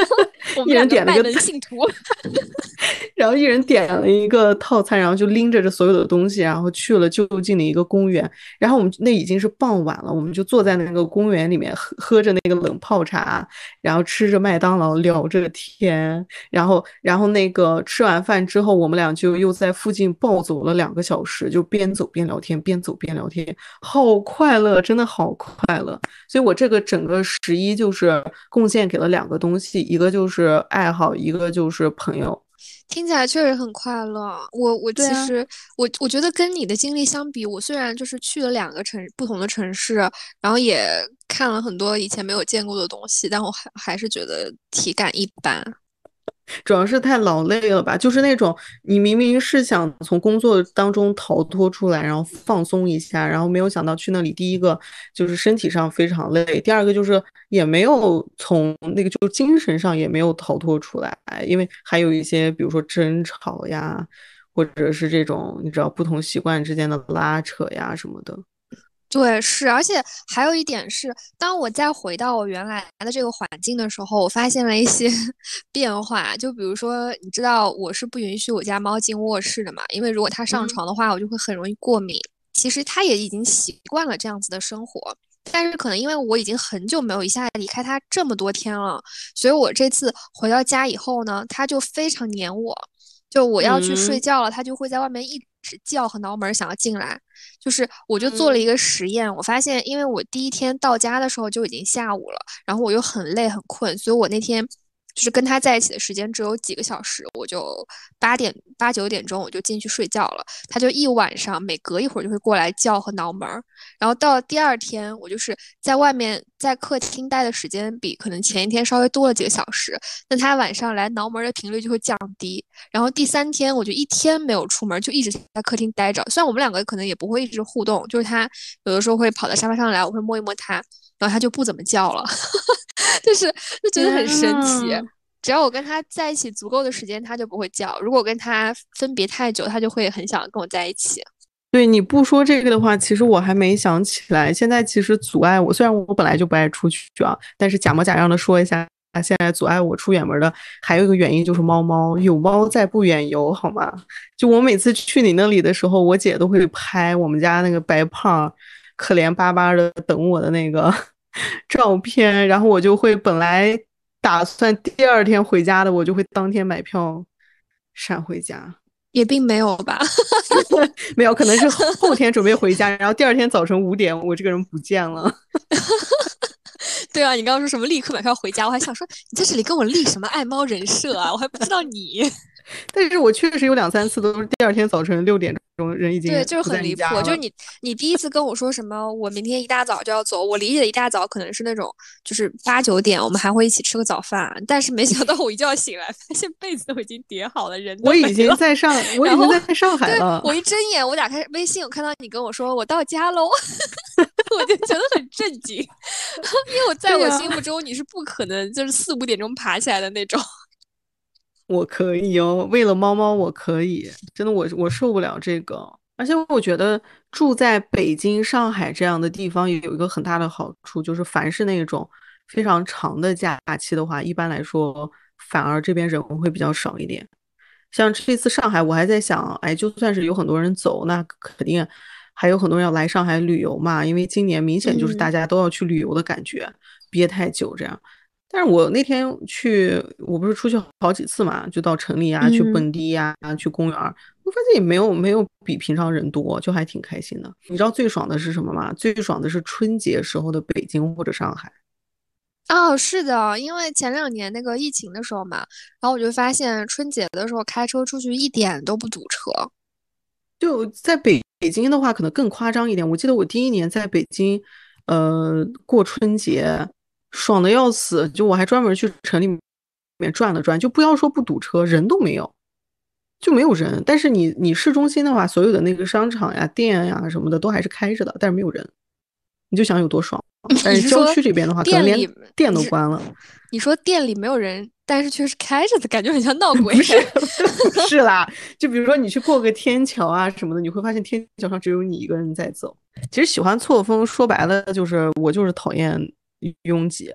我们一人两个卖点了一个门信徒。 然后一人点了一个套餐，然后就拎着这所有的东西，然后去了就近的一个公园。然后我们那已经是傍晚了，我们就坐在那个公园里面喝喝着那个冷泡茶，然后吃着麦当劳聊着天。然后然后那个吃完饭之后，我们俩就又在附近暴走了两个小时，就边走边聊天，边走边聊天，好快乐，真的好快乐。所以我这个整个十一就是贡献给了两个东西，一个就是爱好，一个就是朋友。 听起来确实很快乐。我我对啊。 其实我我觉得跟你的经历相比，我虽然就是去了两个城不同的城市，然后也看了很多以前没有见过的东西，但我还还是觉得体感一般。 主要是太劳累了吧，就是那种你明明是想从工作当中逃脱出来，然后放松一下，然后没有想到去那里，第一个就是身体上非常累，第二个就是也没有从那个就精神上也没有逃脱出来，因为还有一些比如说争吵呀，或者是这种你知道不同习惯之间的拉扯呀什么的。 对，是，而且还有一点是，当我再回到我原来的这个环境的时候，我发现了一些变化。就比如说，你知道我是不允许我家猫进卧室的嘛，因为如果它上嗯床的话，我就会很容易过敏。其实它也已经习惯了这样子的生活，但是可能因为我已经很久没有一下离开它这么多天了，所以我这次回到家以后呢，它就非常黏我。就我要去睡嗯觉了，它就会在外面一直叫和挠门，想要进来。就是我就做了一嗯个实验，我发现，因为我第一天到家的时候就已经下午了，然后我又很累很困，所以我那天就是跟他在一起的时间只有几个小时，我就八点八九点钟我就进去睡觉了，他就一晚上每隔一会儿就会过来叫和挠门，然后到第二天我就是在外面在客厅待的时间比可能前一天稍微多了几个小时，那他晚上来挠门的频率就会降低，然后第三天我就一天没有出门，就一直在客厅待着。虽然我们两个可能也不会一直互动，就是他有的时候会跑到沙发上来，我会摸一摸他，然后他就不怎么叫了，就是就觉得很天神奇。 呐。 只要我跟他在一起足够的时间，他就不会叫；如果我跟他分别太久，他就会很想跟我在一起。 对，你不说这个的话，其实我还没想起来。现在其实阻碍我，虽然我本来就不爱出去啊，但是假模假样的说一下，现在阻碍我出远门的还有一个原因就是猫猫，有猫在不远游，好吗？就我每次去你那里的时候，我姐都会拍我们家那个白胖可怜巴巴的等我的那个照片，然后我就会本来打算第二天回家的，我就会当天买票闪回家。 也并没有吧。 没有，可能是后天准备回家，然后第二天早晨五点，我这个人不见了。 对啊，你刚刚说什么立刻买票回家，我还想说你在这里跟我立什么爱猫人设啊？我还不知道你。 但是我确实有两三次都是第二天早晨六点钟，人已对，就是经不在你很离谱。就是家了。 你，你第一次跟我说什么，我明天一大早就要走，我理解的一大早可能是那种，就是八九点，我们还会一起吃个早饭。但是没想到我一觉醒来，发现被子都已经叠好了，人都没我已经了。 在上，我已然后， 经在上海对， 了。 我一睁眼，我打开微信，我看到你跟我说我到家喽，我就觉得很震惊，因为我在对呀、 我心目中你是不可能就是四五点钟爬起来的那种。 我可以哦，为了猫猫我可以，真的我我受不了这个。而且我觉得住在北京、上海这样的地方也有一个很大的好处，就是凡是那种非常长的假期的话，一般来说反而这边人会比较少一点。像这次上海，我还在想，哎，就算是有很多人走，那肯定还有很多人要来上海旅游嘛，因为今年明显就是大嗯家都要去旅游的感觉，憋太久这样。但是我那天去，我不是出去好几次嘛，就到城里啊，去嗯。 蹦迪呀、去公园儿，我发现也没有没有比平常人多，就还挺开心的。你知道最爽的是什么吗？最爽的是春节时候的北京或者上海。 哦，是的，因为前两年那个疫情的时候嘛，然后我就发现春节的时候开车出去一点都不堵车。 就在北北京的话，可能更夸张一点。我记得我第一年在北京，呃，过春节，爽的要死。就我还专门去城里面转了转，就不要说不堵车，人都没有，就没有人。但是你你市中心的话，所有的那个商场呀、店呀什么的都还是开着的，但是没有人，你就想有多爽。但是郊你是说区这边的话，可能连店里， 店你是都关了。 你说店里没有人，但是却是开着的，感觉很像闹鬼。 不是不是啦，就比如说你去过个天桥啊什么的，你会发现天桥上只有你一个人在走。其实喜欢错峰，说白了就是我就是讨厌拥挤，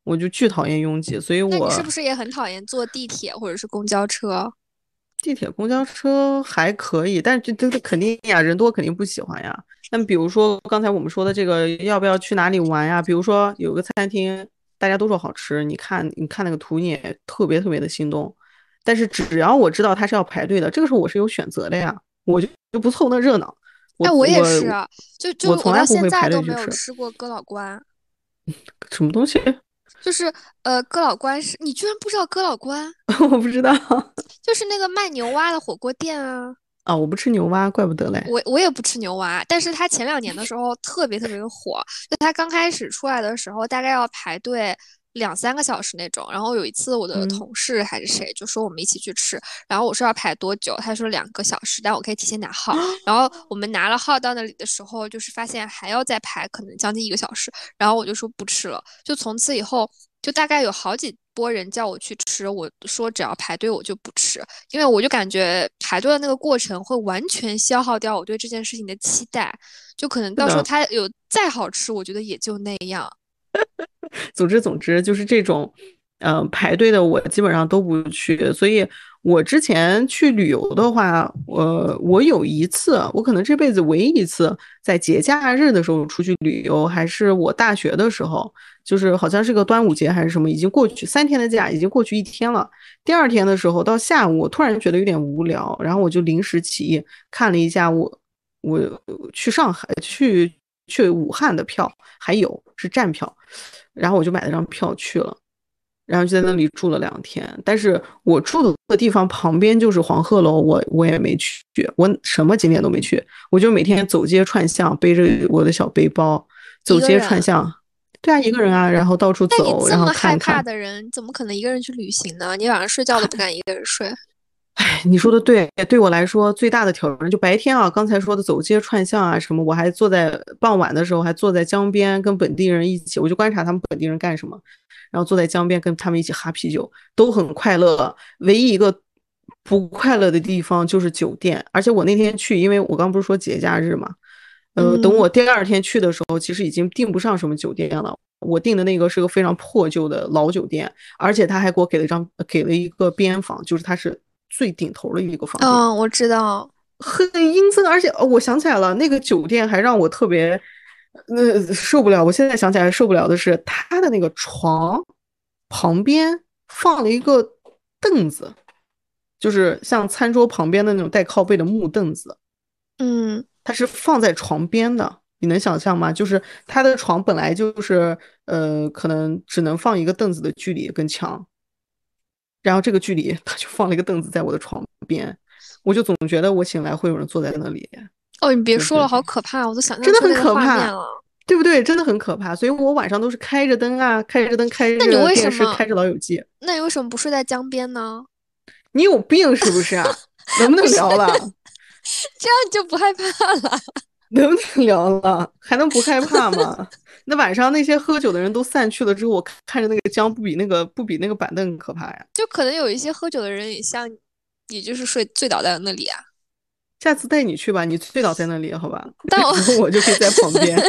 我就巨讨厌拥挤，所以我那你是不是也很讨厌坐地铁或者是公交车？ 地铁、公交车还可以，但是这这这肯定呀，人多肯定不喜欢呀。那比如说刚才我们说的这个，要不要去哪里玩呀？比如说有个餐厅，大家都说好吃，你看你看那个图，你也特别特别的心动。但是只要我知道它是要排队的，这个时候我是有选择的呀，我就就不凑那热闹。 哎， 我我也是我啊，就就我我到现从来不会在都没有排队去吃， 吃过哥老关， 什么东西就是呃，哥老关是你居然不知道哥老关？ 我不知道就是那个卖牛蛙的火锅店啊。 啊，我不吃牛蛙，怪不得嘞。 我我也不吃牛蛙，但是它前两年的时候特别特别的火，就它刚开始出来的时候，大概要排队两三个小时那种。然后有一次我的嗯， 同事还是谁就说我们一起去吃，然后我说要排多久，他说两个小时，但我可以提前拿号。然后我们拿了号到那里的时候，就是发现还要再排可能将近一个小时，然后我就说不吃了。就从此以后，就大概有好几波人叫我去吃，我说只要排队我就不吃。因为我就感觉排队的那个过程会完全消耗掉我对这件事情的期待，就可能到时候是的。 它有再好吃，我觉得也就那样。 总之总之就是这种，嗯、排队的我基本上都不去。所以我之前去旅游的话，我我有一次，我可能这辈子唯一一次在节假日的时候出去旅游，还是我大学的时候，就是好像是个端午节还是什么，已经过去三天的假，已经过去一天了。第二天的时候到下午，我突然觉得有点无聊，然后我就临时起意看了一下我我去上海去去武汉的票，还有是站票。然后我就买了张票去了，然后就在那里住了两天。但是我住的地方旁边就是黄鹤楼，我我也没去，我什么景点都没去，我就每天走街串巷，背着我的小背包走街串一个人， 巷。对啊，一个人啊，然后到处走， 那你这然后么害怕看看。 的人，怎么可能一个人去旅行呢？你晚上睡觉都不敢一个人睡。 哎，你说的对，对我来说最大的挑战就白天啊，刚才说的走街串巷啊什么，我还坐在傍晚的时候还坐在江边跟本地人一起，我就观察他们本地人干什么，然后坐在江边跟他们一起哈啤酒，都很快乐。唯一一个不快乐的地方就是酒店，而且我那天去，因为我刚不是说节假日嘛，呃，等嗯， 我第二天去的时候，其实已经订不上什么酒店了。我订的那个是个非常破旧的老酒店，而且他还给我给了一张，给了一个边房，就是它是最顶头的一个房间， 嗯，我知道。 很阴森。而且哦，我想起来了，那个酒店还让我特别呃受不了。我现在想起来受不了的是，他的那个床旁边放了一个凳子，就是像餐桌旁边的那种带靠背的木凳子。 嗯， 它是放在床边的，你能想象吗？就是他的床本来就是呃，可能只能放一个凳子的距离跟墙，然后这个距离他就放了一个凳子在我的床边，我就总觉得我醒来会有人坐在那里， 哦，你别说了， 就是好可怕，我都想象真的很出那个可怕， 画面了。 对不对？真的很可怕。所以我晚上都是开着灯啊，开着灯，开那你着为什么， 电视，开着老友记。 那你为什么不睡在江边呢？ 你有病是不是啊？能不能不是， 聊了？ 这样你就不害怕了。 能不能聊了？还能不害怕吗？那晚上那些喝酒的人都散去了之后，我看着那个江，不比那个不比那个板凳可怕呀？ 就可能有一些喝酒的人也像你，就是睡醉倒在那里啊。 下次带你去吧，你醉倒在那里，好吧？ 但我然后我就可以在旁边。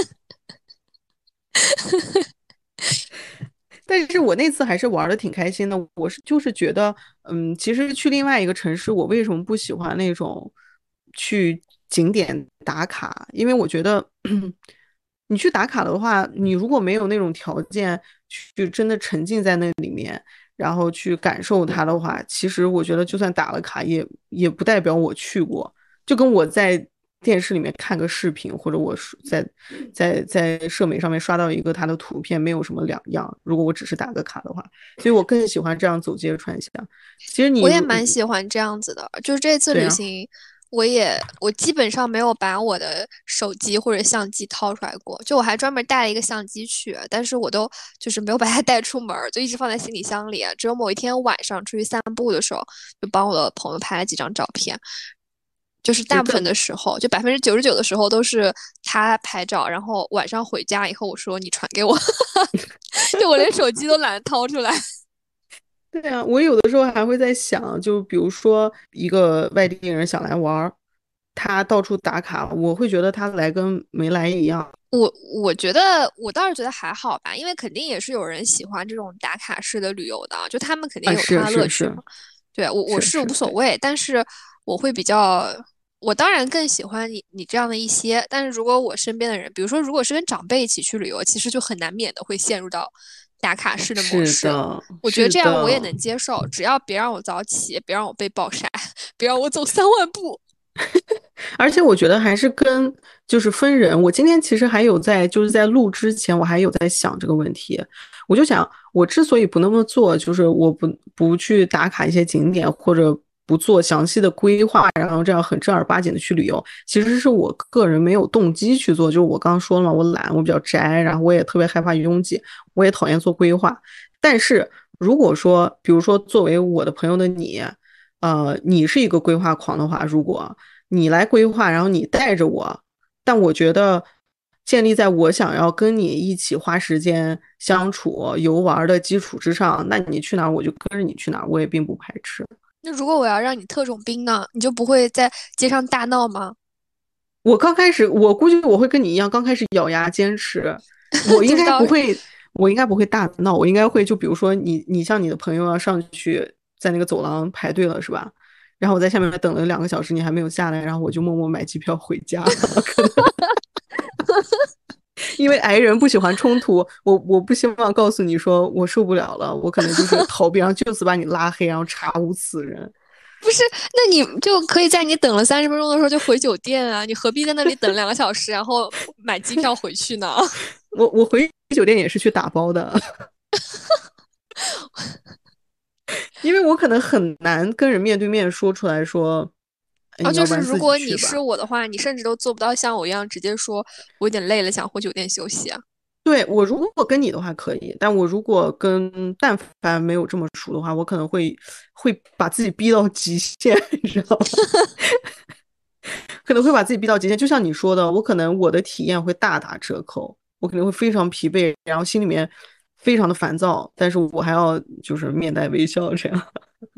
但是我那次还是玩的挺开心的。我是就是觉得，嗯，其实去另外一个城市，我为什么不喜欢那种去景点打卡？因为我觉得，你去打卡的话，你如果没有那种条件去真的沉浸在那里面，然后去感受它的话，其实我觉得就算打了卡也，也不代表我去过。就跟我在电视里面看个视频，或者我在在在社媒上面刷到一个他的图片，没有什么两样。如果我只是打个卡的话，所以我更喜欢这样走街串巷。其实你我也蛮喜欢这样子的，就是这次对呀、 旅行，我也我基本上没有把我的手机或者相机掏出来过，就我还专门带了一个相机去，但是我都就是没有把它带出门儿，就一直放在行李箱里。只有某一天晚上出去散步的时候，就帮我的朋友拍了几张照片。就是大部分其实更的时候，就百分之九十九的时候都是他拍照，然后晚上回家以后，我说你传给我，就我连手机都懒得掏出来。 对啊，我有的时候还会在想，就比如说一个外地人想来玩儿，他到处打卡，我会觉得他来跟没来一样。 我我觉得我倒是觉得还好吧，因为肯定也是有人喜欢这种打卡式的旅游的，就他们肯定啊， 有他是的乐趣嘛。 是是对，我我是无是是，对。 所谓，但是我会比较，我当然更喜欢你你这样的一些，但是如果我身边的人，比如说如果是跟长辈一起去旅游，其实就很难免的会陷入到打卡式的模是式。 的， 我觉得是这样我也的， 能接受，只要别让我早起，别让我被暴晒，别让我走三万步。 而且我觉得还是跟就是分人。我今天其实还有在就是在录之前，我还有在想这个问题。我就想，我之所以不那么做，就是我不不去打卡一些景点，或者不做详细的规划，然后这样很正儿八经的去旅游，其实是我个人没有动机去做。就是我刚刚说了嘛，我懒，我比较宅，然后我也特别害怕拥挤，我也讨厌做规划。但是如果说，比如说作为我的朋友的你，呃，你是一个规划狂的话，如果你来规划，然后你带着我，但我觉得建立在我想要跟你一起花时间相处、游玩的基础之上，那你去哪儿我就跟着你去哪儿，我也并不排斥。 那如果我要让你特种兵呢，你就不会在街上大闹吗？ 我刚开始，我估计我会跟你一样，刚开始咬牙坚持，我应该就是到不会，我应该不会大闹，我应该会就比如说你，你像你的朋友要上去在那个走廊排队了，是吧？然后我在下面等了两个小时，你还没有下来，然后我就默默买机票回家了，可能。因为 i 人不喜欢冲突，我我不希望告诉你说我受不了了，我可能就是逃避，然后就此把你拉黑，然后查无此人。 不是，那你就可以在你等了三十分钟的时候就回酒店啊，你何必在那里等两个小时，然后买机票回去呢？ 我我回酒店也是去打包的，因为我可能很难跟人面对面说出来说，哎然后就是如你要不然自己果你去吧。 是我的话，你甚至都做不到像我一样直接说我有点累了，想回酒店休息啊。 对，我如果跟你的话可以，但我如果跟但凡没有这么熟的话，我可能会会把自己逼到极限，你知道吗？可能会把自己逼到极限。就像你说的，我可能我的体验会大打折扣，我可能会非常疲惫，然后心里面非常的烦躁，但是我还要就是面带微笑这样。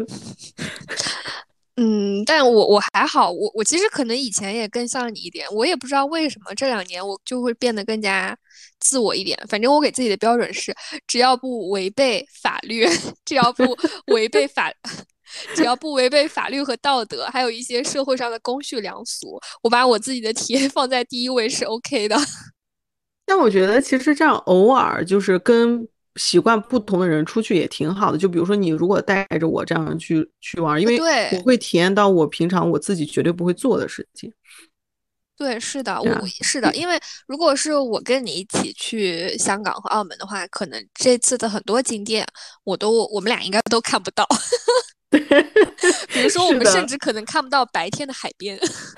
嗯，但我我还好，我我其实可能以前也更像你一点，我也不知道为什么这两年我就会变得更加自我一点。反正我给自己的标准是，只要不违背法律，只要不违背法，只要不违背法律和道德，还有一些社会上的公序良俗，我把我自己的体验放在第一位是 OK 的。 但我觉得其实这样偶尔就是跟习惯不同的人出去也挺好的。就比如说你如果带着我这样去去玩，因呃， 为我对， 会体验到我平常我自己绝对不会做的事情。 对，是的，我对啊， 是的，因为如果是我跟你一起去香港和澳门的话，可能这次的很多景点我都我们俩应该都看不到，比如说我们甚是的， 至可能看不到白天的海边。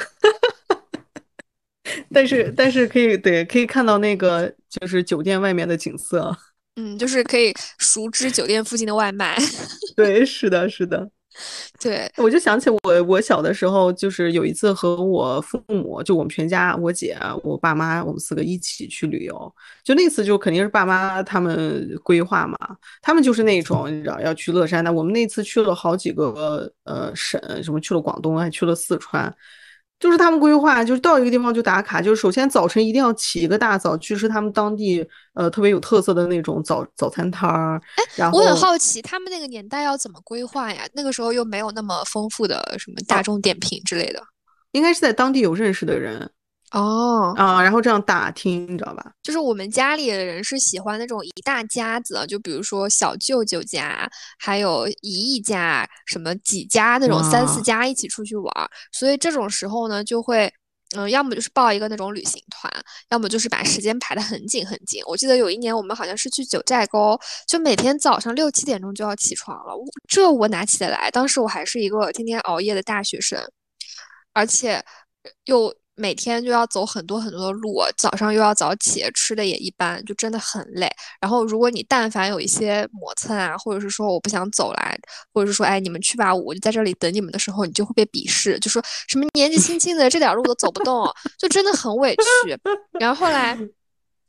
但是但是可以对可以看到那个就是酒店外面的景色。 嗯，就是可以熟知酒店附近的外卖。 对，是的，是的。 对， 我就想起我我小的时候，就是有一次和我父母，就我们全家，我姐、我爸妈，我们四个一起去旅游。就那次就肯定是爸妈他们规划嘛，他们就是那种你知道要去乐山的。我们那次去了好几个呃省，什么去了广东，还去了四川。就是他们规划，就是到一个地方就打卡，就是首先早晨一定要起一个大早去吃他们当地呃特别有特色的那种早早餐摊儿，然我很后好奇他们那个年代要怎么规划呀？那个时候又没有那么丰富的什么大哦， 众点评之类的。 应该是在当地有认识的人， 哦， 啊，然后这样打听，你知道吧？ 就是我们家里的人是喜欢那种一大家子，就比如说小舅舅家，还有姨姨家，什么几家那种三四哇， 家一起出去玩儿，所以这种时候呢，就会，嗯，要么就是报一个那种旅行团，要么就是把时间排得很紧很紧。我记得有一年我们好像是去九寨沟，就每天早上六七点钟就要起床了，我这我哪起得来？当时我还是一个天天熬夜的大学生。而且又每天就要走很多很多的路，早上又要早起，吃的也一般，就真的很累。然后如果你但凡有一些磨蹭啊，或者是说我不想走啦，或者是说哎你们去吧，我就在这里等你们的时候，你就会被鄙视，就说什么年纪轻轻的这点路都走不动，就真的很委屈。然后后来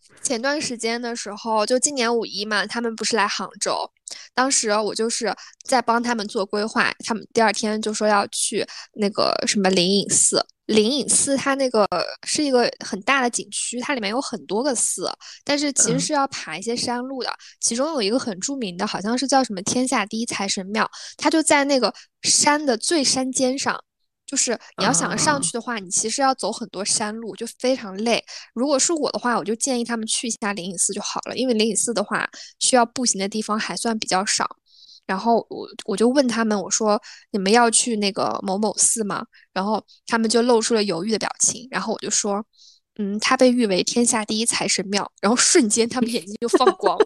前段时间的时候，就今年五一嘛，他们不是来杭州，当时我就是在帮他们做规划，他们第二天就说要去那个什么灵隐寺。灵隐寺它那个是一个很大的景区，它里面有很多个寺，但是其实嗯是要爬一些山路的。其中有一个很著名的，好像是叫什么天下第一财神庙，它就在那个山的最山尖上。就是你要想上啊， 去的话，你其实要走很多山路，就非常累。如果是我的话，我就建议他们去一下灵隐寺就好了，因为灵隐寺的话，需要步行的地方还算比较少。然后我我就问他们，我说你们要去那个某某寺吗？然后他们就露出了犹豫的表情。然后我就说，嗯，它被誉为天下第一财神庙。然后瞬间他们眼睛就放光，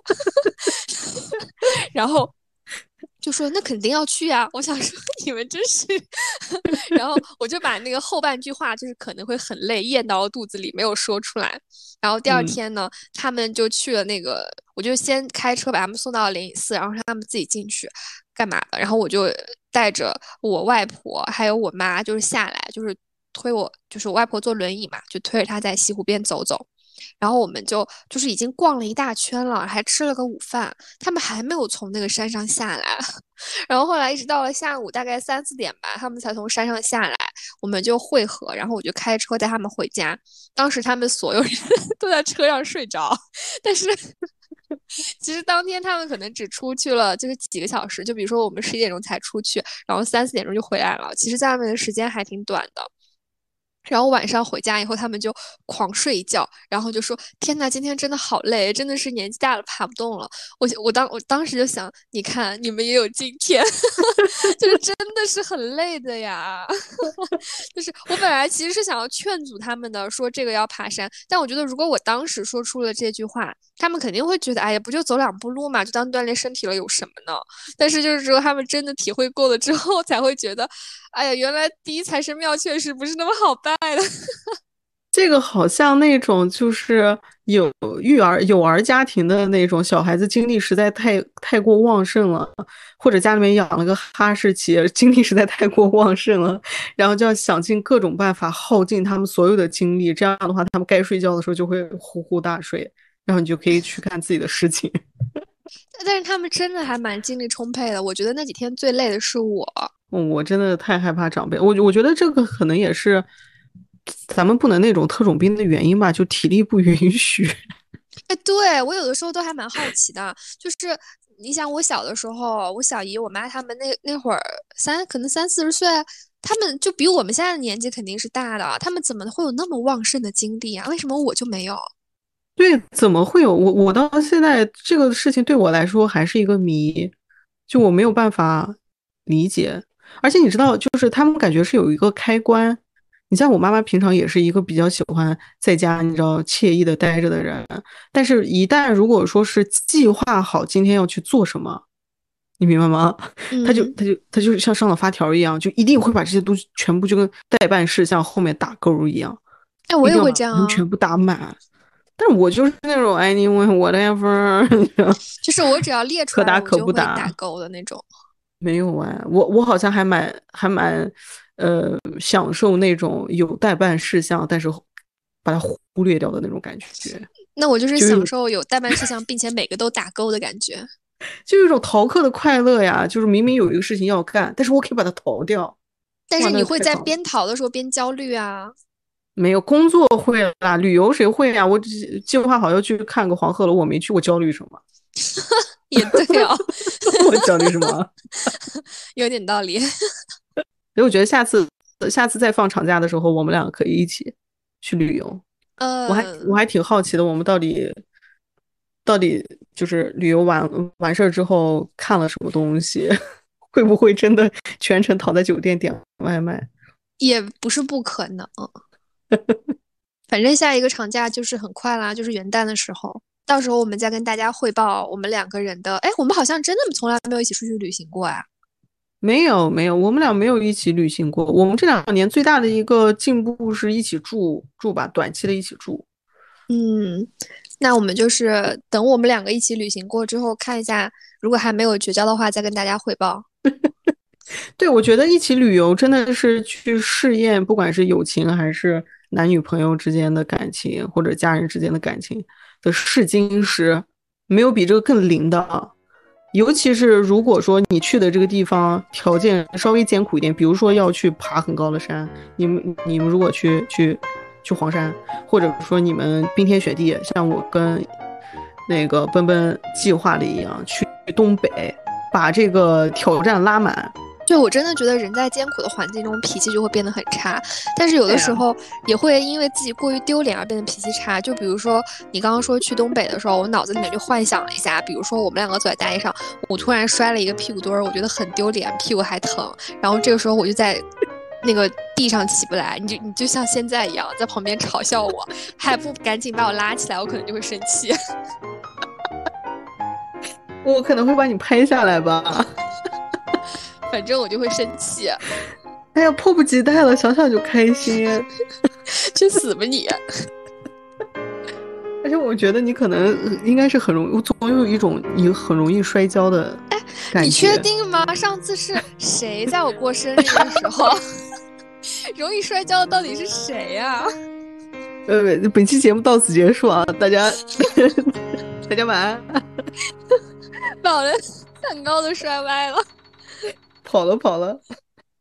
然后就说那肯定要去啊！我想说你们真是，然后我就把那个后半句话就是可能会很累咽到肚子里没有说出来。然后第二嗯天呢，他们就去了那个，我就先开车把他们送到灵隐寺，然后让他们自己进去干嘛的。然后我就带着我外婆还有我妈就是下来，就是推我，就是我外婆坐轮椅嘛，就推着她在西湖边走走。然后我们就就是已经逛了一大圈了，还吃了个午饭，他们还没有从那个山上下来。然后后来一直到了下午大概三四点吧，他们才从山上下来，我们就汇合，然后我就开车带他们回家。当时他们所有人都在车上睡着，但是其实当天他们可能只出去了就是几个小时，就比如说我们十一点钟才出去，然后三四点钟就回来了，其实在外面的时间还挺短的。然后晚上回家以后，他们就狂睡一觉，然后就说：“天呐，今天真的好累，真的是年纪大了爬不动了。”我我当我当时就想，你看你们也有今天，就是真的是很累的呀。就是我本来其实是想要劝阻他们的，说这个要爬山，但我觉得如果我当时说出了这句话，他们肯定会觉得，哎呀，不就走两步路嘛，就当锻炼身体了，有什么呢？但是就是只有他们真的体会过了之后，才会觉得，哎呀，原来第一财神庙确实不是那么好拜的。 这个好像那种就是有育儿有儿家庭的那种小孩子精力实在太太过旺盛了，或者家里面养了个哈士奇，精力实在太过旺盛了，然后就要想尽各种办法耗尽他们所有的精力，这样的话他们该睡觉的时候就会呼呼大睡，然后你就可以去干自己的事情。 但是他们真的还蛮精力充沛的，我觉得那几天最累的是我。 嗯我真的太害怕长辈，我我觉得这个可能也是咱们不能那种特种兵的原因吧，就体力不允许。 哎，对，我有的时候都还蛮好奇的，就是你想我小的时候，我小姨、我妈他们那那会儿三可能三四十岁，他们就比我们现在的年纪肯定是大的，他们怎么会有那么旺盛的精力啊？为什么我就没有？ 对，怎么会有我？我到现在这个事情对我来说还是一个谜，就我没有办法理解。而且你知道，就是他们感觉是有一个开关。你像我妈妈平常也是一个比较喜欢在家，你知道惬意的待着的人，但是一旦如果说是计划好今天要去做什么，你明白吗？他就嗯， 他就他就像上了发条一样，就一定会把这些东西全部就跟待办事项后面打勾一样， 哎，我一定要把也会这样啊， 它们全部打满。但是我就是那种哎，你问 whatever， 就是我只要列出来了， 可打可我就会打不打。 勾的那种。 没有哎，我我好像还蛮还蛮呃享受那种有待办事项，但是把它忽略掉的那种感觉， 那我就是就有享受有代办事项，并且每个都打勾的感觉。 就有一种逃课的快乐呀，就是明明有一个事情要干，但是我可以把它逃掉。哇， 但是你那太爽了！ 会在边逃的时候边焦虑啊。 没有工作会啦，旅游谁会呀？我计计划好要去看个黄鹤楼，我没去，我焦虑什么？ 也对哦， 我焦虑什么？ 有点道理。 所以我觉得下次下次再放长假的时候，我们两个可以一起去旅游。我还我嗯， 还挺好奇的，我们到底到底就是旅游完完事儿之后看了什么东西，会不会真的全程躺在酒店点外卖？ 也不是不可能。反正下一个长假就是很快啦，就是元旦的时候，到时候我们再跟大家汇报我们两个人的。哎，我们好像真的从来没有一起出去旅行过啊。 没有没有，我们俩没有一起旅行过。我们这两年最大的一个进步是一起住住吧，短期的一起住。 嗯，那我们就是等我们两个一起旅行过之后，看一下，如果还没有绝交的话，再跟大家汇报。 对，我觉得一起旅游真的是去试验，不管是友情还是男女朋友之间的感情，或者家人之间的感情， 的试金石，没有比这个更灵的。尤其是如果说你去的这个地方条件稍微艰苦一点，比如说要去爬很高的山，你们你们如果去去去黄山，或者说你们冰天雪地，像我跟那个奔奔计划的一样，去东北，把这个挑战拉满。 对，我真的觉得人在艰苦的环境中脾气就会变得很差，但是有的时候也会因为自己过于丢脸而变得脾气差。就比如说你刚刚说去东北的时候，我脑子里面就幻想了一下，比如说我们两个走在大街上，我突然摔了一个屁股墩儿，我觉得很丢脸，屁股还疼，然后这个时候我就在那个地上起不来，你就你就像现在一样在旁边嘲笑我，还不赶紧把我拉起来，我可能就会生气。 我可能会把你拍下来吧。 反正我就会生气。 哎呀，迫不及待了，想想就开心。 去死吧你！ 而且我觉得你可能应该是很容易，总有一种你很容易摔跤的感觉。 你确定吗？上次是谁在我过生日的时候容易摔跤的到底是谁呀、啊？ 呃，本期节目到此结束啊，大家大家晚安。 把我的蛋糕都摔歪了。 跑了跑了。